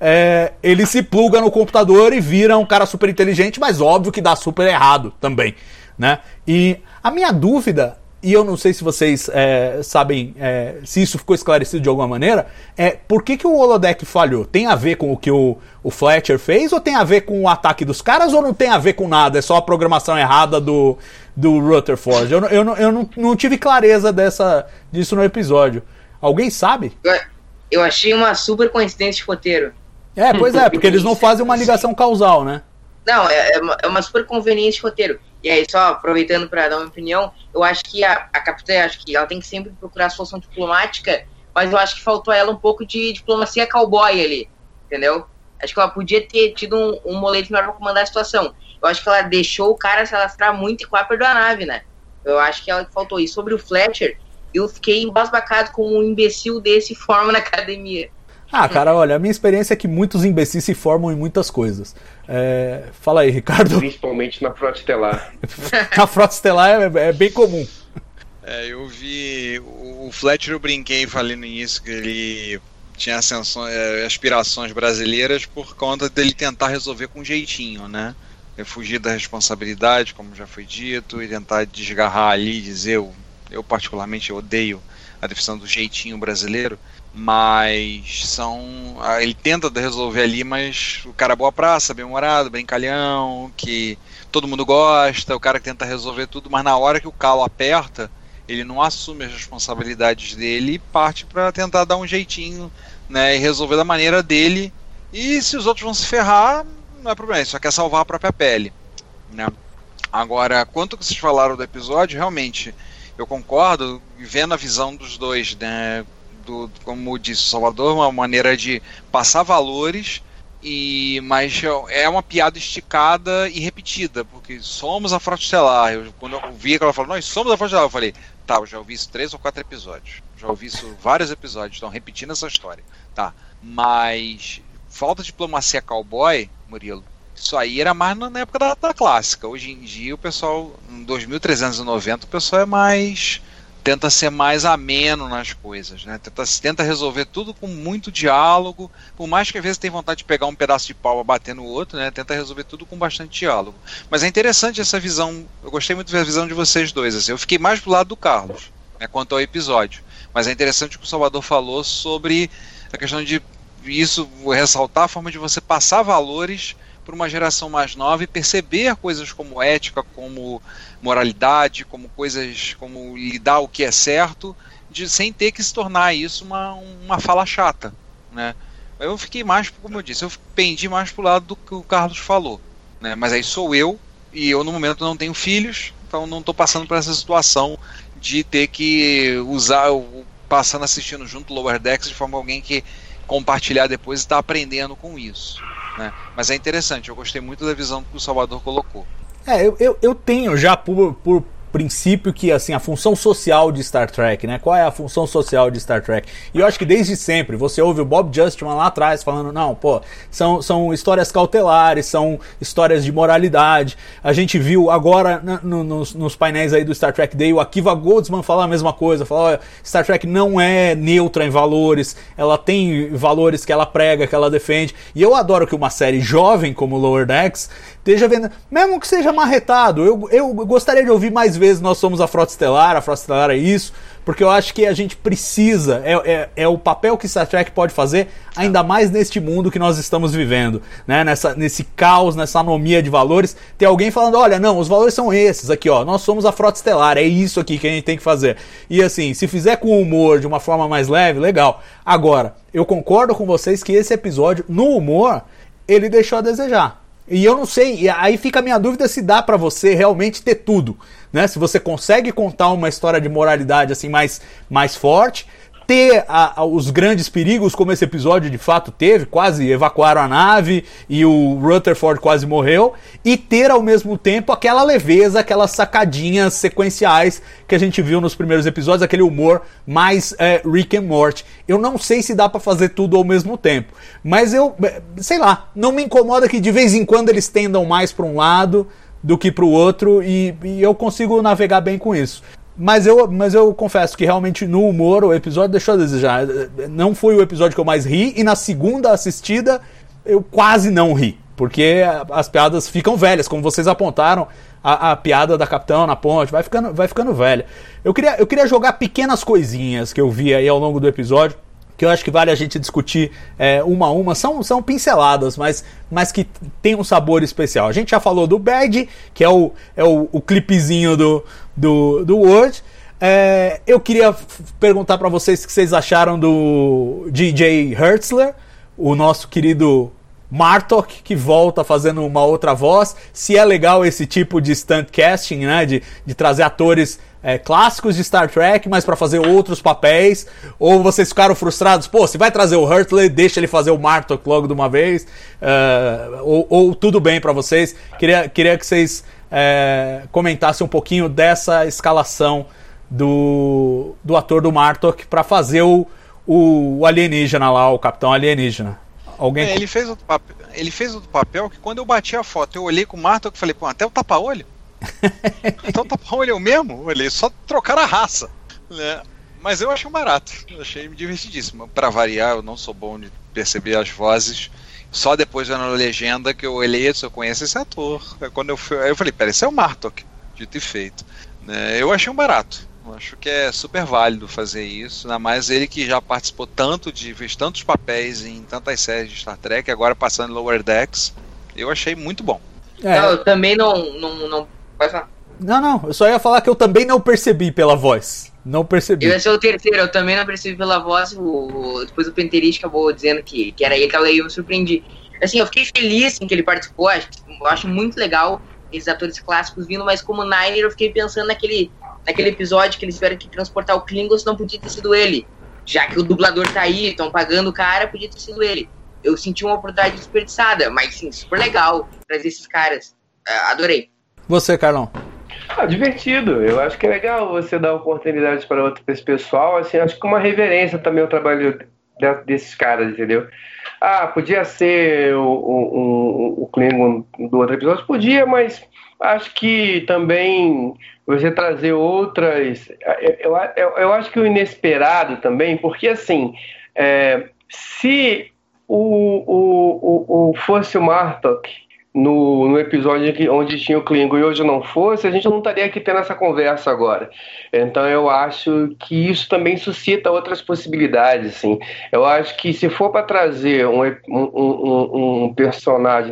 ele se pluga no computador e vira um cara super inteligente, mas óbvio que dá super errado também, né? E a minha dúvida, e eu não sei se vocês sabem se isso ficou esclarecido de alguma maneira, por que o holodeck falhou? Tem a ver com o que o Fletcher fez, ou tem a ver com o ataque dos caras, ou não tem a ver com nada? É só a programação errada do Rutherford. Eu não tive clareza disso no episódio. Alguém sabe?
Eu achei uma super coincidência de roteiro.
Pois é, porque eles não fazem uma ligação causal, né?
Não, é uma super conveniência de roteiro. E aí, só aproveitando para dar uma opinião, eu acho que a capitã, acho que ela tem que sempre procurar a solução diplomática, mas eu acho que faltou a ela um pouco de diplomacia cowboy ali, entendeu? Acho que ela podia ter tido um molete melhor para comandar a situação. Eu acho que ela deixou o cara se alastrar muito e quase perdeu a nave, né? Eu acho que ela faltou isso. Sobre o Fletcher, eu fiquei embasbacado com um imbecil desse forma na academia.
Cara, olha, a minha experiência é que muitos imbecis se formam em muitas coisas. Fala aí, Ricardo.
Principalmente na Frota Estelar.
Na Frota Estelar é bem comum.
Eu vi o Fletcher, eu brinquei e falei no início que ele tinha aspirações brasileiras por conta dele tentar resolver com jeitinho, né? Fugir da responsabilidade, como já foi dito, e tentar desgarrar ali e dizer, eu particularmente odeio a definição do jeitinho brasileiro. Mas ele tenta resolver ali, mas o cara é boa praça, bem-humorado, brincalhão, que todo mundo gosta, o cara que tenta resolver tudo, mas na hora que o calo aperta, ele não assume as responsabilidades dele e parte para tentar dar um jeitinho, né, e resolver da maneira dele. E se os outros vão se ferrar, não é problema, ele só quer salvar a própria pele, né? Agora, quanto que vocês falaram do episódio, realmente, eu concordo, vendo a visão dos dois, né? Como disse o Salvador, uma maneira de passar valores, mas é uma piada esticada e repetida, porque somos a Frota Estelar. Quando eu vi que ela falou, nós somos a Frota Estelar, eu falei, tá, eu já ouvi isso 3 ou 4 episódios, já ouvi isso vários episódios, estão repetindo essa história, tá, mas falta de diplomacia cowboy, Murilo, isso aí era mais na época da clássica. Hoje em dia o pessoal, em 2390, o pessoal tenta ser mais ameno nas coisas, né? Tenta resolver tudo com muito diálogo, por mais que às vezes tenha vontade de pegar um pedaço de pau pra bater no outro, né? Tenta resolver tudo com bastante diálogo. Mas é interessante essa visão, eu gostei muito da visão de vocês dois, assim. Eu fiquei mais pro lado do Carlos, né, quanto ao episódio. Mas é interessante o que o Salvador falou sobre a questão de isso, ressaltar a forma de você passar valores para uma geração mais nova e perceber coisas como ética, como moralidade, como coisas como lidar o que é certo, sem ter que se tornar isso uma fala chata, né? Eu fiquei mais, como eu disse, eu pendi mais pro lado do que o Carlos falou, né? Mas aí sou eu, e eu no momento não tenho filhos, então não estou passando por essa situação de ter que usar, passando assistindo junto o Lower Decks de forma alguém que compartilhar depois e está aprendendo com isso, né? Mas é interessante, eu gostei muito da visão que o Salvador colocou.
Eu tenho já por princípio que assim, a função social de Star Trek, né? Qual é a função social de Star Trek? E eu acho que desde sempre, você ouve o Bob Justman lá atrás falando, não, pô, são histórias cautelares, são histórias de moralidade. A gente viu agora nos painéis aí do Star Trek Day, o Akiva Goldsman fala a mesma coisa, fala, olha, Star Trek não é neutra em valores, ela tem valores que ela prega, que ela defende. E eu adoro que uma série jovem como Lower Decks esteja vendo, mesmo que seja marretado, eu gostaria de ouvir mais vezes Nós Somos a Frota Estelar é isso, porque eu acho que a gente precisa, é o papel que Star Trek pode fazer, ainda mais neste mundo que nós estamos vivendo, né? Nesse caos, nessa anomia de valores, tem alguém falando, olha, não, os valores são esses aqui, ó, nós somos a Frota Estelar, é isso aqui que a gente tem que fazer. E assim, se fizer com humor, de uma forma mais leve, legal. Agora, eu concordo com vocês que esse episódio, no humor, ele deixou a desejar. E eu não sei, e aí fica a minha dúvida se dá pra você realmente ter tudo, né? Se você consegue contar uma história de moralidade assim mais forte, ter os grandes perigos como esse episódio de fato teve, quase evacuaram a nave e o Rutherford quase morreu, e ter ao mesmo tempo aquela leveza, aquelas sacadinhas sequenciais que a gente viu nos primeiros episódios, aquele humor mais Rick and Morty. Eu não sei se dá pra fazer tudo ao mesmo tempo, mas eu, sei lá, não me incomoda que de vez em quando eles tendam mais pra um lado do que pro outro, e eu consigo navegar bem com isso. Mas eu confesso que realmente no humor o episódio deixou a desejar. Não foi o episódio que eu mais ri, e na segunda assistida eu quase não ri, porque as piadas ficam velhas, como vocês apontaram, a piada da Capitã na ponte vai ficando velha. Eu queria jogar pequenas coisinhas que eu vi aí ao longo do episódio, que eu acho que vale a gente discutir uma a uma. São pinceladas, mas que tem um sabor especial. A gente já falou do Bad, que é o clipezinho do Word. Eu queria perguntar para vocês o que vocês acharam do DJ Hertzler, o nosso querido Martok, que volta fazendo uma outra voz. Se é legal esse tipo de stunt casting, né, de trazer atores clássicos de Star Trek, mas para fazer outros papéis, ou vocês ficaram frustrados, pô, se vai trazer o Hertzler, deixa ele fazer o Martok logo de uma vez, ou tudo bem para vocês. Queria que vocês comentassem um pouquinho dessa escalação do ator do Martok para fazer o alienígena lá, o Capitão Alienígena. Alguém...
Ele fez outro papel que quando eu bati a foto, eu olhei com o Martok e falei, pô, até o tapa-olho? Então o tapa-olho é o mesmo? Olhei, só trocar a raça, né? Mas eu achei um barato, eu achei divertidíssimo. Pra variar, eu não sou bom de perceber as vozes. Só depois vendo a legenda que eu olhei, eu conheço esse ator. Aí eu falei, pera, esse é o Martok, dito e feito. Eu achei um barato. Eu acho que é super válido fazer isso, ainda mais ele que já participou fez tantos papéis em tantas séries de Star Trek, agora passando em Lower Decks. Eu achei muito bom.
Não, eu também não pode falar.
Não, eu só ia falar que eu também não percebi pela voz. Não percebi.
Eu ia ser o terceiro, eu também não percebi pela voz. Depois o Penterist acabou dizendo que era ele, e eu me surpreendi. Assim, eu fiquei feliz em que ele participou, eu acho muito legal esses atores clássicos vindo, mas como Niner eu fiquei pensando naquele episódio que eles tiveram que transportar o Klingon, não podia ter sido ele. Já que o dublador tá aí, estão pagando o cara, podia ter sido ele. Eu senti uma oportunidade desperdiçada, mas sim, super legal trazer esses caras. Adorei.
Você, Carlão?
Divertido. Eu acho que é legal você dar oportunidades para esse pessoal. Assim, acho que uma reverência também ao trabalho desses caras, entendeu? Podia ser o Klingon do outro episódio? Podia, mas acho que também você trazer outras... Eu acho que o inesperado também, porque assim, se fosse o Martok no episódio onde tinha o Klingon e hoje não fosse, a gente não estaria aqui tendo essa conversa agora. Então eu acho que isso também suscita outras possibilidades, assim. Eu acho que se for para trazer um personagem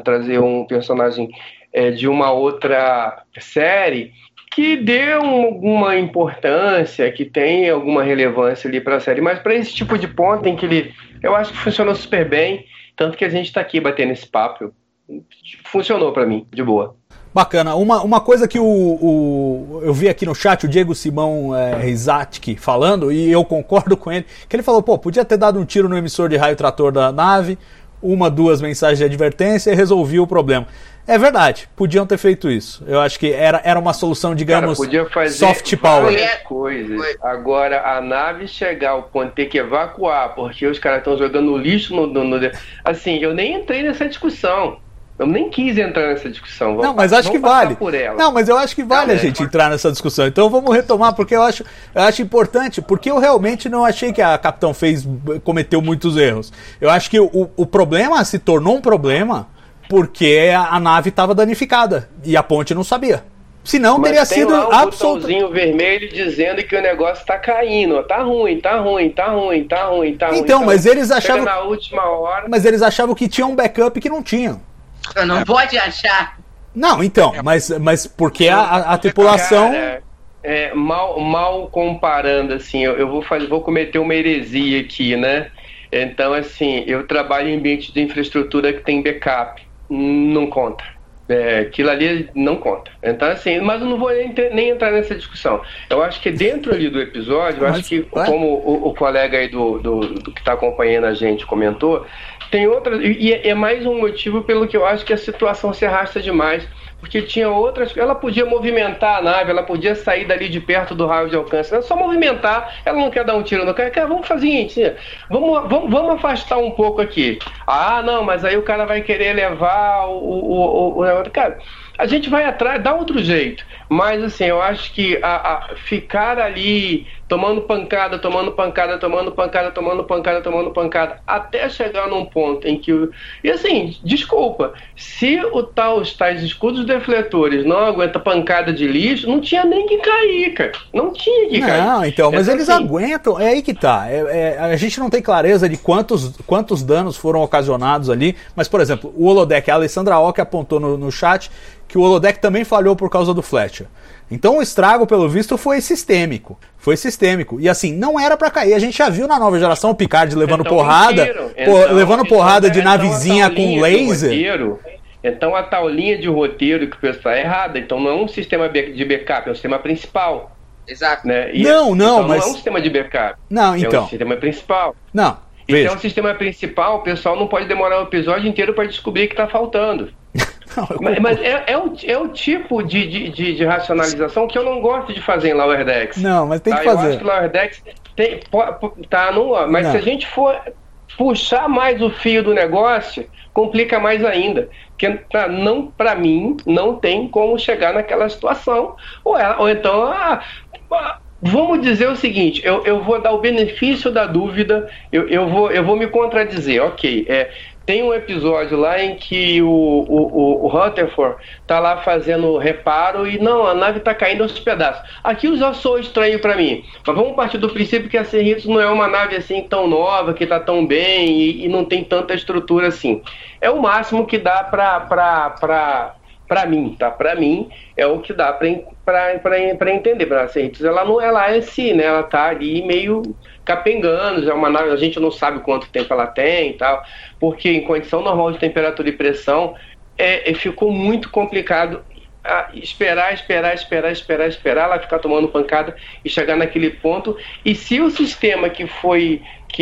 de uma outra série, que dê alguma importância, que tenha alguma relevância ali para a série, mas para esse tipo de ponto em que eu acho que funcionou super bem, tanto que a gente está aqui batendo esse papo. Funcionou pra mim, de boa.
Bacana. Uma coisa que eu vi aqui no chat, o Diego Simão Rizatki falando, e eu concordo com ele, que ele falou, podia ter dado um tiro no emissor de raio trator da nave, 2 mensagens de advertência e resolvia o problema. É verdade, podiam ter feito isso. Eu acho que era uma solução, digamos,
podia fazer
soft power.
Coisas. Agora, a nave chegar ao ponto de ter que evacuar, porque os caras estão jogando lixo Assim, eu nem entrei nessa discussão. Eu nem quis entrar nessa discussão.
Não, mas acho que vale. Não, mas eu acho que vale a gente entrar nessa discussão. Então vamos retomar, porque eu acho importante, porque eu realmente não achei que a Capitão cometeu muitos erros. Eu acho que o problema se tornou um problema porque a nave estava danificada e a ponte não sabia. Senão teria sido absoluto.
Botãozinho vermelho dizendo que o negócio tá caindo, tá ruim.
Então, mas eles achavam
na última hora.
Mas eles achavam que tinha um backup que não tinham.
Não pode achar.
Não, então, mas porque a tripulação...
Cara, mal comparando, assim, eu vou cometer uma heresia aqui, né? Então, assim, eu trabalho em ambiente de infraestrutura que tem backup. Não conta. Aquilo ali não conta. Então, assim, mas eu não vou nem entrar nessa discussão. Eu acho que dentro ali do episódio, eu acho que, como o colega aí do que está acompanhando a gente comentou, tem outras, e é mais um motivo pelo que eu acho que a situação se arrasta demais, porque tinha outras, ela podia movimentar a nave, ela podia sair dali de perto do raio de alcance, ela só movimentar, ela não quer dar um tiro no cara, vamos fazer o seguinte, vamos afastar um pouco aqui. Não, mas aí o cara vai querer levar o cara, a gente vai atrás, dá outro jeito, mas assim, eu acho que ficar ali tomando pancada, até chegar num ponto em que... E assim, desculpa, se os tais escudos defletores não aguentam pancada de lixo, não tinha nem que cair, cara. Não tinha que cair.
Não, então, mas eles aguentam, é aí que tá. A gente não tem clareza de quantos danos foram ocasionados ali, mas, por exemplo, o holodeck, a Alessandra Ock apontou no chat que o holodeck também falhou por causa do Fletcher. Então o estrago, pelo visto, foi sistêmico. E assim, não era pra cair. A gente já viu na nova geração o Picard levando porrada, levando porrada de navezinha com laser.
Então a tal linha de roteiro que o pessoal é errada. Então não é um sistema de backup, é um sistema principal.
Exato.
Né?
Mas...
não é um sistema de backup.
Não, então.
É um sistema principal.
Não.
Então é um sistema principal, o pessoal não pode demorar o episódio inteiro para descobrir que tá faltando. Mas é o tipo de racionalização que eu não gosto de fazer em Lower Decks.
Não, mas tem que fazer.
Eu acho que Lower Decks mas se a gente for puxar mais o fio do negócio, complica mais ainda. Porque para mim não tem como chegar naquela situação. Ou então vamos dizer o seguinte, eu vou dar o benefício da dúvida, eu vou me contradizer, ok. Tem um episódio lá em que o Rutherford tá lá fazendo reparo e não, a nave tá caindo aos pedaços. Aquilo já soa estranho para mim. Mas vamos partir do princípio que a Cerritos não é uma nave assim tão nova, que tá tão bem e não tem tanta estrutura assim. É o máximo que dá para mim, tá? Para mim é o que dá para entender. A Cerritos, ela é assim, né? Ela tá ali meio capengando, é uma nave, a gente não sabe quanto tempo ela tem e tal, porque em condição normal de temperatura e pressão ficou muito complicado esperar, ela ficar tomando pancada e chegar naquele ponto. E se o sistema que foi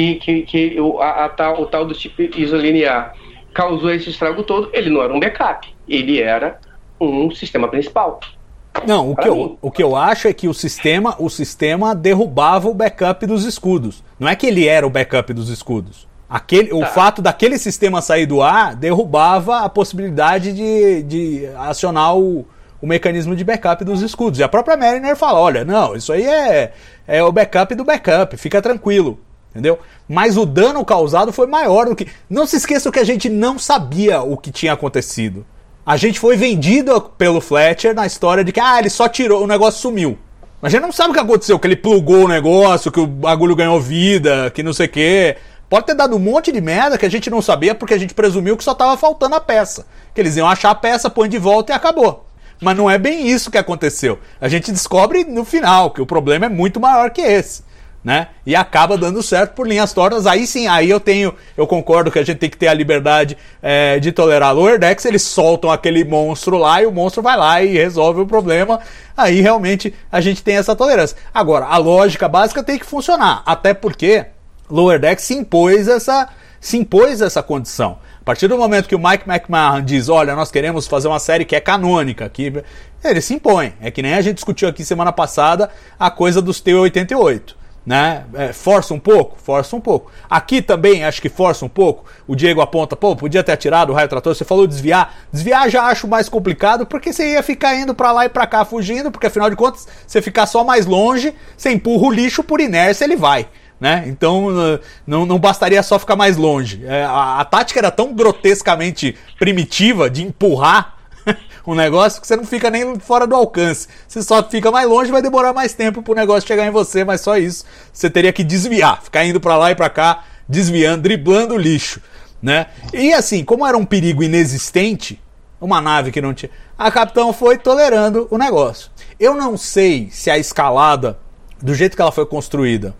o tal do chip isolinear causou esse estrago todo, ele não era um backup, ele era um sistema principal.
Não, o que eu acho é que o sistema derrubava o backup dos escudos. Não é que ele era o backup dos escudos. O fato daquele sistema sair do ar derrubava a possibilidade de acionar o mecanismo de backup dos escudos. E a própria Mariner fala, olha, não, isso aí é o backup do backup, fica tranquilo. Entendeu? Mas o dano causado foi maior do que... Não se esqueçam que a gente não sabia o que tinha acontecido. A gente foi vendido pelo Fletcher na história de que ele só tirou, o negócio sumiu. Mas a gente não sabe o que aconteceu, que ele plugou o negócio, que o bagulho ganhou vida, que não sei o quê. Pode ter dado um monte de merda que a gente não sabia porque a gente presumiu que só tava faltando a peça. Que eles iam achar a peça, põe de volta e acabou. Mas não é bem isso que aconteceu. A gente descobre no final que o problema é muito maior que esse. Né? E acaba dando certo por linhas tortas. Aí sim, eu concordo que a gente tem que ter a liberdade de tolerar Lower Decks. Eles soltam aquele monstro lá e o monstro vai lá e resolve o problema. Aí realmente a gente tem essa tolerância. Agora, a lógica básica tem que funcionar, até porque Lower Decks se impôs essa condição. A partir do momento que o Mike McMahon diz, olha, nós queremos fazer uma série que é canônica, que ele se impõe. É que nem a gente discutiu aqui semana passada a coisa dos T-88. Né? Força um pouco. Aqui também acho que força um pouco. O Diego aponta, podia ter atirado o raio trator. Você falou desviar já acho mais complicado, porque você ia ficar indo pra lá e pra cá fugindo, porque afinal de contas, você ficar só mais longe, você empurra o lixo, por inércia ele vai, né? Então não bastaria só ficar mais longe. A tática era tão grotescamente primitiva de empurrar um negócio que você não fica nem fora do alcance. Você só fica mais longe, vai demorar mais tempo pro negócio chegar em você, mas só isso. Você teria que desviar, ficar indo pra lá e pra cá, desviando, driblando o lixo, né? E assim, como era um perigo inexistente, uma nave que não tinha... A Capitão foi tolerando o negócio. Eu não sei se a escalada, do jeito que ela foi construída,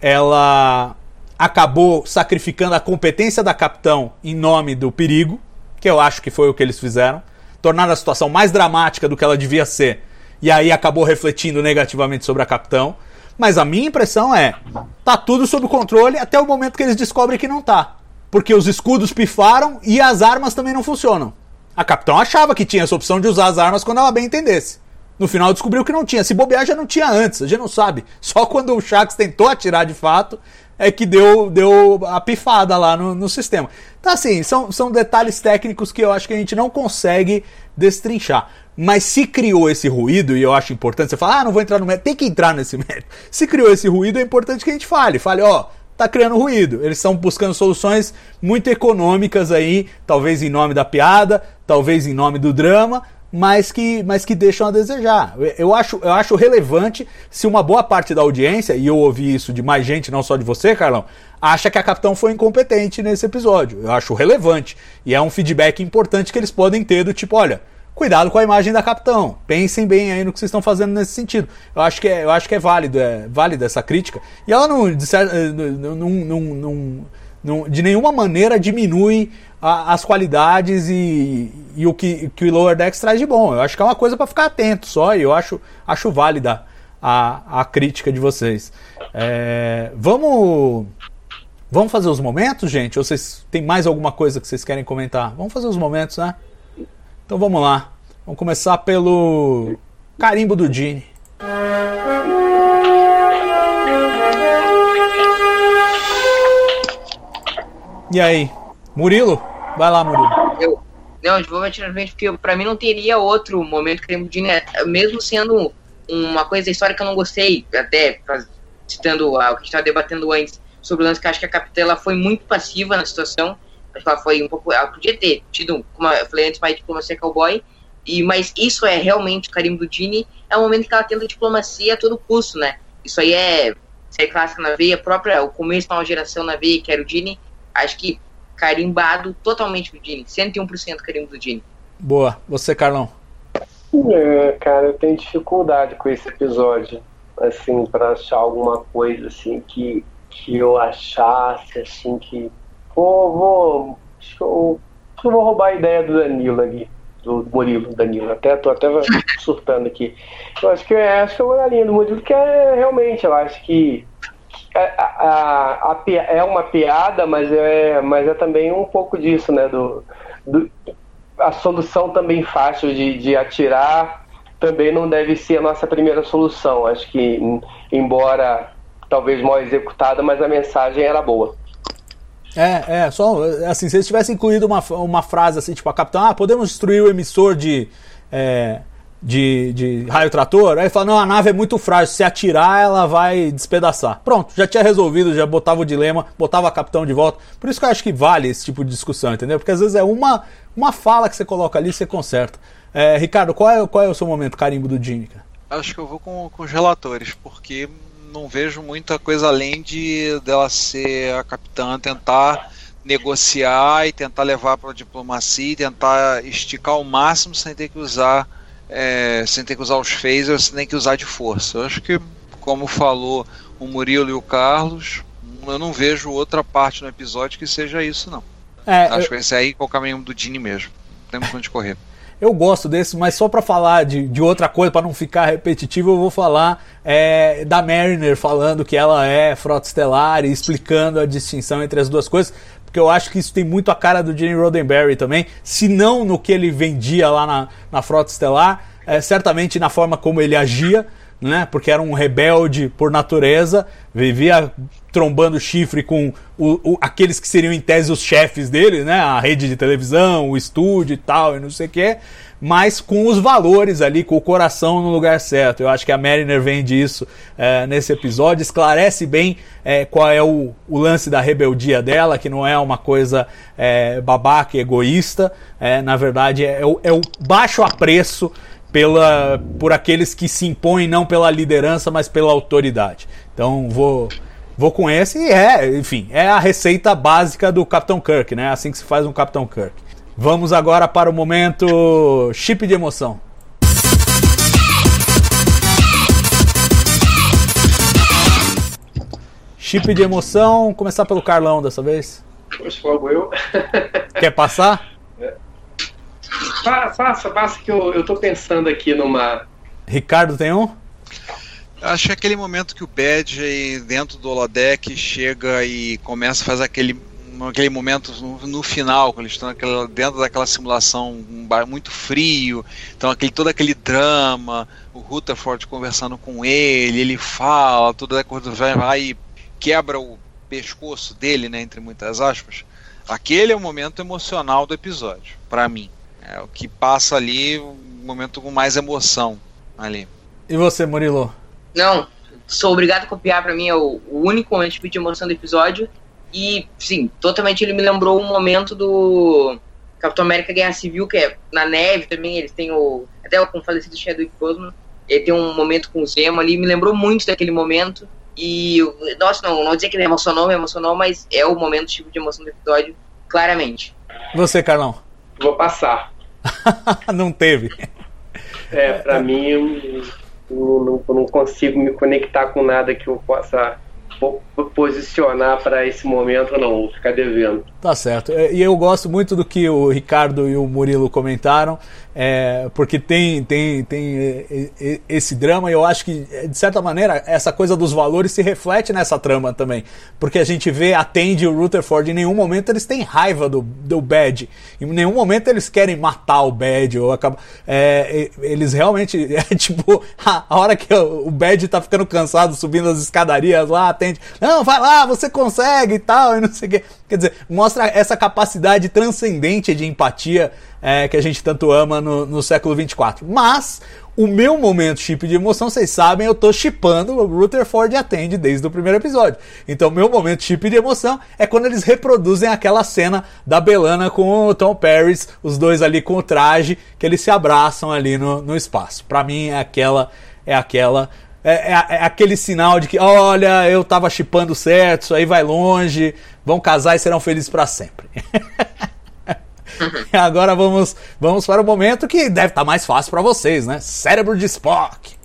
ela acabou sacrificando a competência da Capitão em nome do perigo, que eu acho que foi o que eles fizeram. Tornar a situação mais dramática do que ela devia ser. E aí acabou refletindo negativamente sobre a Capitão. Mas a minha impressão tá tudo sob controle até o momento que eles descobrem que não tá. Porque os escudos pifaram e as armas também não funcionam. A Capitão achava que tinha essa opção de usar as armas quando ela bem entendesse. No final descobriu que não tinha. Se bobear já não tinha antes, a gente não sabe. Só quando o Shaxs tentou atirar de fato é que deu a pifada lá no sistema. Então assim, são detalhes técnicos que eu acho que a gente não consegue destrinchar. Mas se criou esse ruído, e eu acho importante, você fala, não vou entrar no mérito, tem que entrar nesse mérito. Se criou esse ruído, é importante que a gente fale, tá criando ruído. Eles estão buscando soluções muito econômicas aí, talvez em nome da piada, talvez em nome do drama, mas que deixam a desejar. Eu acho relevante se uma boa parte da audiência, e eu ouvi isso de mais gente, não só de você, Carlão, acha que a Capitão foi incompetente nesse episódio. Eu acho relevante. E é um feedback importante que eles podem ter do tipo, olha, cuidado com a imagem da Capitão. Pensem bem aí no que vocês estão fazendo nesse sentido. Eu acho que é válida essa crítica. E ela de nenhuma maneira diminui as qualidades e o que o Lower Decks traz de bom. Eu acho que é uma coisa para ficar atento só, e eu acho válida a crítica de vocês. Vamos fazer os momentos, gente? Ou vocês tem mais alguma coisa que vocês querem comentar? Vamos fazer os momentos, né? Então vamos lá. Vamos começar pelo carimbo do Gene. E aí? Murilo? Vai lá, Murilo.
Eu vou atirar frente porque pra mim não teria outro momento que carimbo do Gene, mesmo sendo uma coisa da história que eu não gostei, até citando o que a gente estava debatendo antes, sobre o lance que eu acho que a Capitã ela foi muito passiva na situação. Acho que ela foi um pouco... Ela podia ter tido, como eu falei antes, mais diplomacia cowboy. Mas isso é realmente o carimbo do Ginny. É o momento que ela tenta diplomacia a todo custo, né? Isso aí é série clássica na veia. O começo da nova geração na veia, que era o Ginny. Acho que carimbado totalmente do Ginny. 101% carimbo do Ginny.
Boa. Você, Carlão?
Cara, eu tenho dificuldade com esse episódio, assim, pra achar alguma coisa, assim, que eu achasse, assim, que... Acho que eu vou roubar a ideia do Danilo ali, do Murilo, Danilo. Tô até surtando aqui. Eu acho que eu vou na linha do Murilo, que é realmente, eu acho que é uma piada, mas é também um pouco disso, né, a solução também fácil de atirar também não deve ser a nossa primeira solução. Acho que, embora talvez mal executada, mas a mensagem era boa.
Só assim, se eles tivessem incluído uma frase assim, tipo, a capitã, podemos destruir o emissor de raio trator, aí fala, não, a nave é muito frágil, se atirar ela vai despedaçar. Pronto, já tinha resolvido, já botava o dilema, botava a capitão de volta. Por isso que eu acho que vale esse tipo de discussão, entendeu? Porque às vezes é uma fala que você coloca ali e você conserta. Ricardo, qual é o seu momento carimbo do Ginny?
Acho que eu vou com os relatores, porque não vejo muita coisa além dela ser a capitã, tentar negociar e tentar levar para a diplomacia e tentar esticar ao máximo sem ter que usar os phasers, sem ter que usar de força. Eu acho que, como falou o Murilo e o Carlos, eu não vejo outra parte no episódio que seja isso, não. Acho que esse aí é o caminho do Ginny mesmo. Não temos onde correr.
Eu gosto desse, mas só pra falar de outra coisa, pra não ficar repetitivo, eu vou falar da Mariner falando que ela é frota estelar e explicando a distinção entre as duas coisas, porque eu acho que isso tem muito a cara do Gene Roddenberry também, se não no que ele vendia lá na frota estelar, certamente na forma como ele agia, né? Porque era um rebelde por natureza, vivia trombando chifre com aqueles que seriam em tese os chefes dele, né? A rede de televisão, o estúdio e tal, e não sei o que, mas com os valores ali, com o coração no lugar certo. Eu acho que a Mariner vende isso nesse episódio, esclarece bem qual é o lance da rebeldia dela, que não é uma coisa babaca e egoísta, na verdade é o baixo apreço por aqueles que se impõem não pela liderança, mas pela autoridade. Então vou com esse e enfim, é a receita básica do Capitão Kirk, né? Assim que se faz um Capitão Kirk. Vamos agora para o momento chip de emoção. Chip de emoção, começar pelo Carlão dessa vez.
Pois logo eu.
Quer passar?
Passa que eu tô pensando aqui numa...
Ricardo tem um?
Acho que aquele momento que o Badge dentro do holodeck chega e começa a fazer aquele momento no final, quando eles estão dentro daquela simulação muito frio, então todo aquele drama, o Rutherford conversando com ele fala, tudo quando vai e quebra o pescoço dele, né, entre muitas aspas. Aquele é o momento emocional do episódio, pra mim. É o que passa ali, o momento com mais emoção ali.
E você, Murilo?
Não, sou obrigado a copiar, pra mim é o único momento de emoção do episódio. E, sim, totalmente ele me lembrou um momento do Capitão América Guerra Civil, que é na neve também, eles têm até com o falecido Chadwick Boseman, ele tem um momento com o Zemo ali, me lembrou muito daquele momento. E, nossa, não vou dizer que me emocionou, mas é o momento tipo de emoção do episódio, claramente.
Você, Carlão?
Vou passar.
Não teve.
Pra mim, eu não consigo me conectar com nada que eu possa posicionar para esse momento, não. Vou ficar devendo.
Tá certo. E eu gosto muito do que o Ricardo e o Murilo comentaram, porque tem esse drama, e eu acho que, de certa maneira, essa coisa dos valores se reflete nessa trama também. Porque a gente vê a Tandy e o Rutherford, em nenhum momento eles têm raiva do Badge. Em nenhum momento eles querem matar o Badge. Eles realmente, tipo, a hora que o Badge tá ficando cansado subindo as escadarias lá, a Attend, não, vai lá, você consegue e tal, e não sei o quê. Quer dizer, mostra essa capacidade transcendente de empatia que a gente tanto ama no século 24. Mas o meu momento chip de emoção, vocês sabem, eu tô shippando o Rutherford e Attend desde o primeiro episódio. Então meu momento chip de emoção é quando eles reproduzem aquela cena da B'Elanna com o Tom Paris, os dois ali com o traje, que eles se abraçam ali no espaço. Pra mim é aquele sinal de que, olha, eu tava shippando certo, isso aí vai longe, vão casar e serão felizes pra sempre. E agora vamos para o momento que deve estar mais fácil para vocês, né? Cérebro de Spock.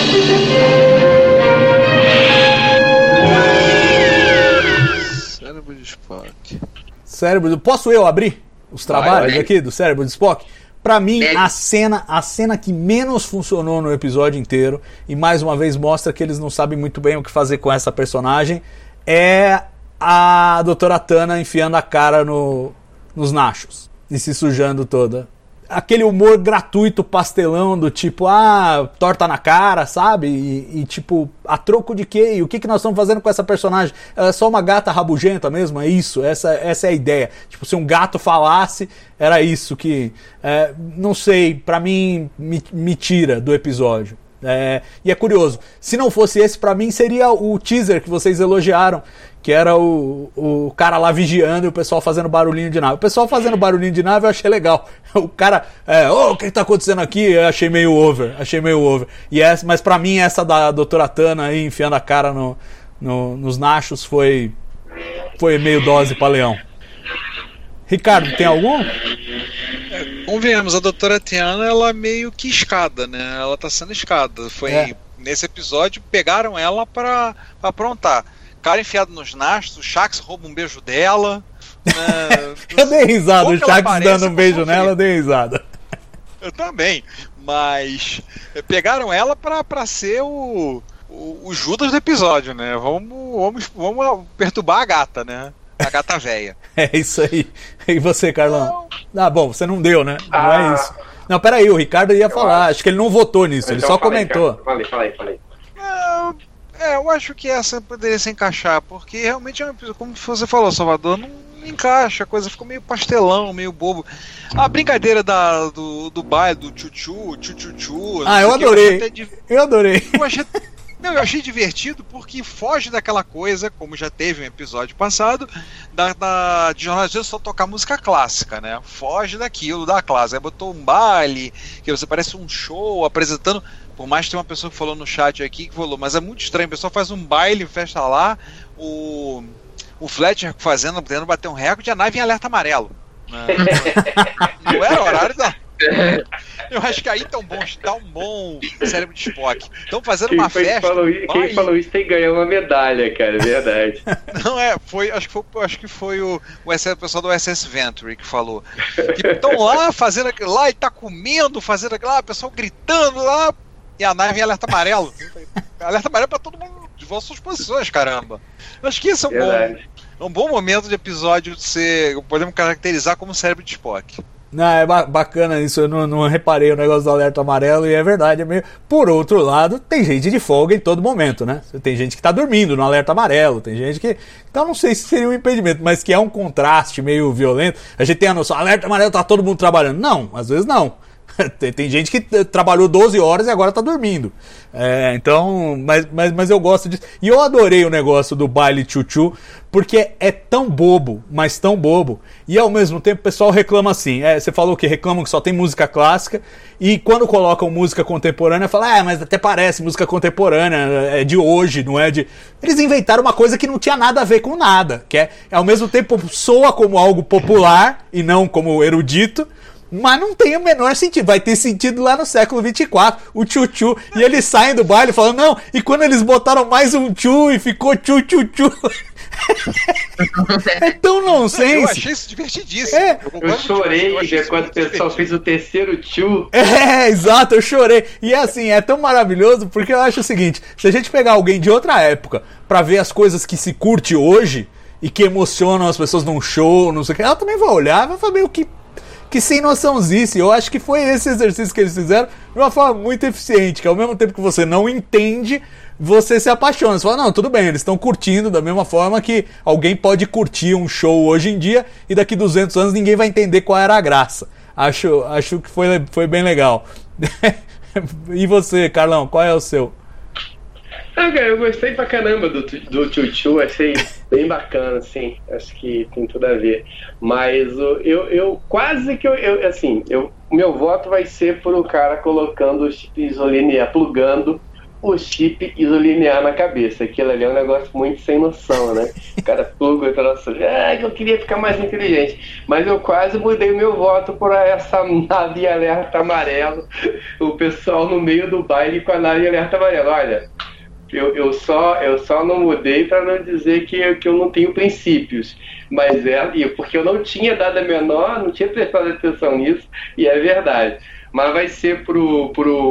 Cérebro de Spock.
Posso eu abrir os trabalhos aqui do Cérebro de Spock? Pra mim, a cena que menos funcionou no episódio inteiro, e mais uma vez mostra que eles não sabem muito bem o que fazer com essa personagem, é a Doutora Tana enfiando a cara nos nachos e se sujando toda. Aquele humor gratuito, pastelão, do tipo, torta na cara, sabe? E tipo, a troco de quê? E o que nós estamos fazendo com essa personagem? Ela é só uma gata rabugenta mesmo? É isso, essa é a ideia. Tipo, se um gato falasse, era isso que... não sei, pra mim, me tira do episódio. E é curioso, se não fosse esse, pra mim seria o teaser que vocês elogiaram, que era o cara lá vigiando e o pessoal fazendo barulhinho de nave. O pessoal fazendo barulhinho de nave eu achei legal. O cara, o que tá acontecendo aqui? Eu achei meio over. Mas pra mim essa da Doutora Tana aí enfiando a cara nos nachos foi meio dose pra leão. Ricardo, tem algum?
Convenhamos, a Doutora Tiana, ela meio que escada, né? Ela tá sendo escada. Nesse episódio, pegaram ela pra aprontar. Cara enfiado nos nachos, o Shax rouba um beijo dela.
Eu dei risada, o Shax dando um beijo nela, eu dei risada.
Eu também, mas pegaram ela pra ser o Judas do episódio, né? Vamos perturbar a gata, né? A gata véia.
É isso aí. E você, Carlão? Bom, você não deu, né? Não é isso. Não, peraí, o Ricardo ia falar. Acho que ele não votou nisso, ele só comentou.
Falei.
Eu acho que essa poderia se encaixar, porque realmente, como você falou, Salvador, não encaixa, a coisa ficou meio pastelão, meio bobo. A brincadeira do baile, do tchu-tchu.
Eu adorei. Eu adorei.
Eu achei divertido porque foge daquela coisa, como já teve um episódio passado, de jornalista só tocar música clássica, né? Foge daquilo, da clássica. Aí botou um baile, que você parece um show apresentando. Por mais que tenha uma pessoa que falou no chat aqui que falou, mas é muito estranho, o pessoal faz um baile, festa lá, o Fletcher tentando bater um recorde, a nave em alerta amarelo. Não era horário da... Eu acho que aí tá um bom Cérebro de Spock. Estão fazendo uma festa.
Quem falou isso tem que ganhar uma medalha, cara, é verdade.
Não acho que foi o pessoal do SS Venture que falou. Que estão lá fazendo aquilo lá e tá comendo, fazendo aquilo lá, o pessoal gritando lá, e a nave em alerta amarelo. Alerta amarelo pra todo mundo de volta às suas posições, caramba. Eu acho que esse é um bom momento de episódio de ser. Podemos caracterizar como Cérebro de Spock.
Não, é bacana isso, eu não reparei o negócio do alerta amarelo, e é verdade, é meio... Por outro lado, tem gente de folga em todo momento, né? Tem gente que tá dormindo no alerta amarelo, tem gente que... Então não sei se seria um impedimento, mas que é um contraste meio violento. A gente tem a noção, alerta amarelo, tá todo mundo trabalhando. Não, às vezes não. Tem gente que trabalhou 12 horas e agora tá dormindo. Então, mas eu gosto disso. E eu adorei o negócio do baile tchu-tchu, porque é tão bobo, mas tão bobo. E ao mesmo tempo o pessoal reclama assim. Você falou que reclamam que só tem música clássica. E quando colocam música contemporânea, fala, mas até parece música contemporânea, é de hoje, não é de... Eles inventaram uma coisa que não tinha nada a ver com nada. Que ao mesmo tempo soa como algo popular e não como erudito. Mas não tem o menor sentido. Vai ter sentido lá no século 24, o tchu-tchu. E eles saem do baile falando, não, e quando eles botaram mais um tchu e ficou tchu-tchu-tchu. É tão nonsense.
Eu achei isso divertidíssimo.
Eu chorei quando o pessoal fez o terceiro tchu.
Exato, eu chorei. E assim, é tão maravilhoso porque eu acho o seguinte, se a gente pegar alguém de outra época pra ver as coisas que se curte hoje e que emocionam as pessoas num show, não sei o que, ela também vai olhar e vai falar, Que sem noçãozice. Eu acho que foi esse exercício que eles fizeram de uma forma muito eficiente, que ao mesmo tempo que você não entende, você se apaixona. Você fala, não, tudo bem, eles estão curtindo da mesma forma que alguém pode curtir um show hoje em dia e daqui 200 anos ninguém vai entender qual era a graça. Acho que foi bem legal. E você, Carlão, qual é o seu?
Cara, eu gostei pra caramba do Chuchu, achei bem bacana, assim, acho que tem tudo a ver. Mas eu quase que o meu voto vai ser pro cara colocando o chip isolinear, plugando o chip isolinear na cabeça. Aquilo ali é um negócio muito sem noção, né? O cara pluga e fala assim, que eu queria ficar mais inteligente. Mas eu quase mudei o meu voto por essa nave alerta amarelo, o pessoal no meio do baile com a nave alerta amarelo. Olha, eu só não mudei para não dizer que eu não tenho princípios, mas porque eu não tinha dado a menor, não tinha prestado atenção nisso, e é verdade. Mas vai ser pro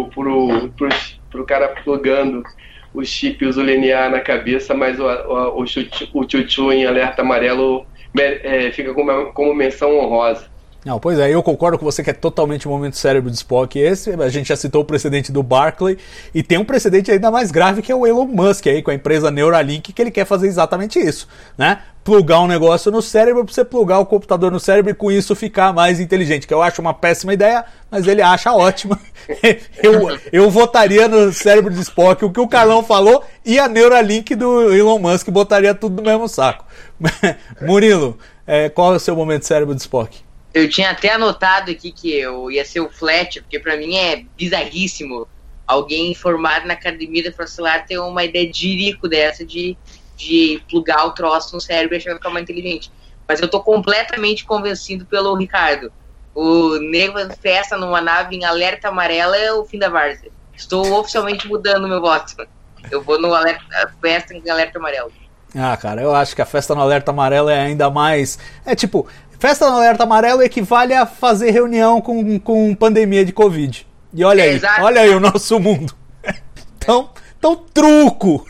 cara plugando o chip isolinear na cabeça, mas o Chuchu em alerta amarelo fica como menção honrosa.
Não, pois é, eu concordo com você que é totalmente o momento cérebro de Spock esse. A gente já citou o precedente do Barclay e tem um precedente ainda mais grave que é o Elon Musk aí com a empresa Neuralink, que ele quer fazer exatamente isso, né? Plugar um negócio no cérebro pra você plugar o computador no cérebro e com isso ficar mais inteligente, que eu acho uma péssima ideia, mas ele acha ótima. eu votaria no cérebro de Spock o que o Carlão falou e a Neuralink do Elon Musk botaria tudo no mesmo saco. Murilo, qual é o seu momento cérebro de Spock?
Eu tinha até anotado aqui que eu ia ser o Fletcher, porque pra mim é bizarríssimo alguém formado na academia da Força Estelar ter uma ideia de jirico dessa de plugar o troço no cérebro e achar que vai ficar mais inteligente. Mas eu tô completamente convencido pelo Ricardo. O nego festa numa nave em alerta amarela é o fim da várzea. Estou oficialmente mudando meu voto. Eu vou no festa em alerta amarelo.
Ah, cara, eu acho que a festa no alerta amarelo é ainda mais... Festa no alerta amarelo equivale a fazer reunião com pandemia de Covid. E olha aí, olha aí o nosso mundo. Então truco.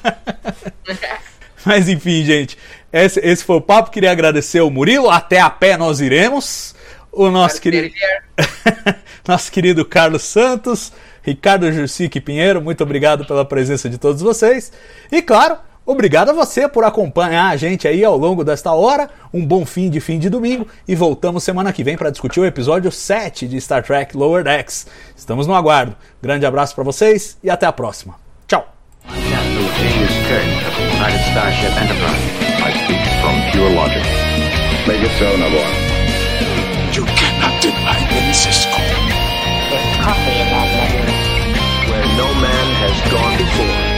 Mas enfim, gente, esse foi o papo. Queria agradecer o Murilo. Até a pé nós iremos. O nosso querido Carlos Santos, Ricardo Jurcic Pinheiro, muito obrigado pela presença de todos vocês. E claro, obrigado a você por acompanhar a gente aí ao longo desta hora. Um bom fim de domingo e voltamos semana que vem para discutir o episódio 7 de Star Trek Lower Decks. Estamos no aguardo. Grande abraço para vocês e até a próxima. Tchau.
You cannot deny me, Cisco.
There's coffee in that letter.
Where no man has gone before.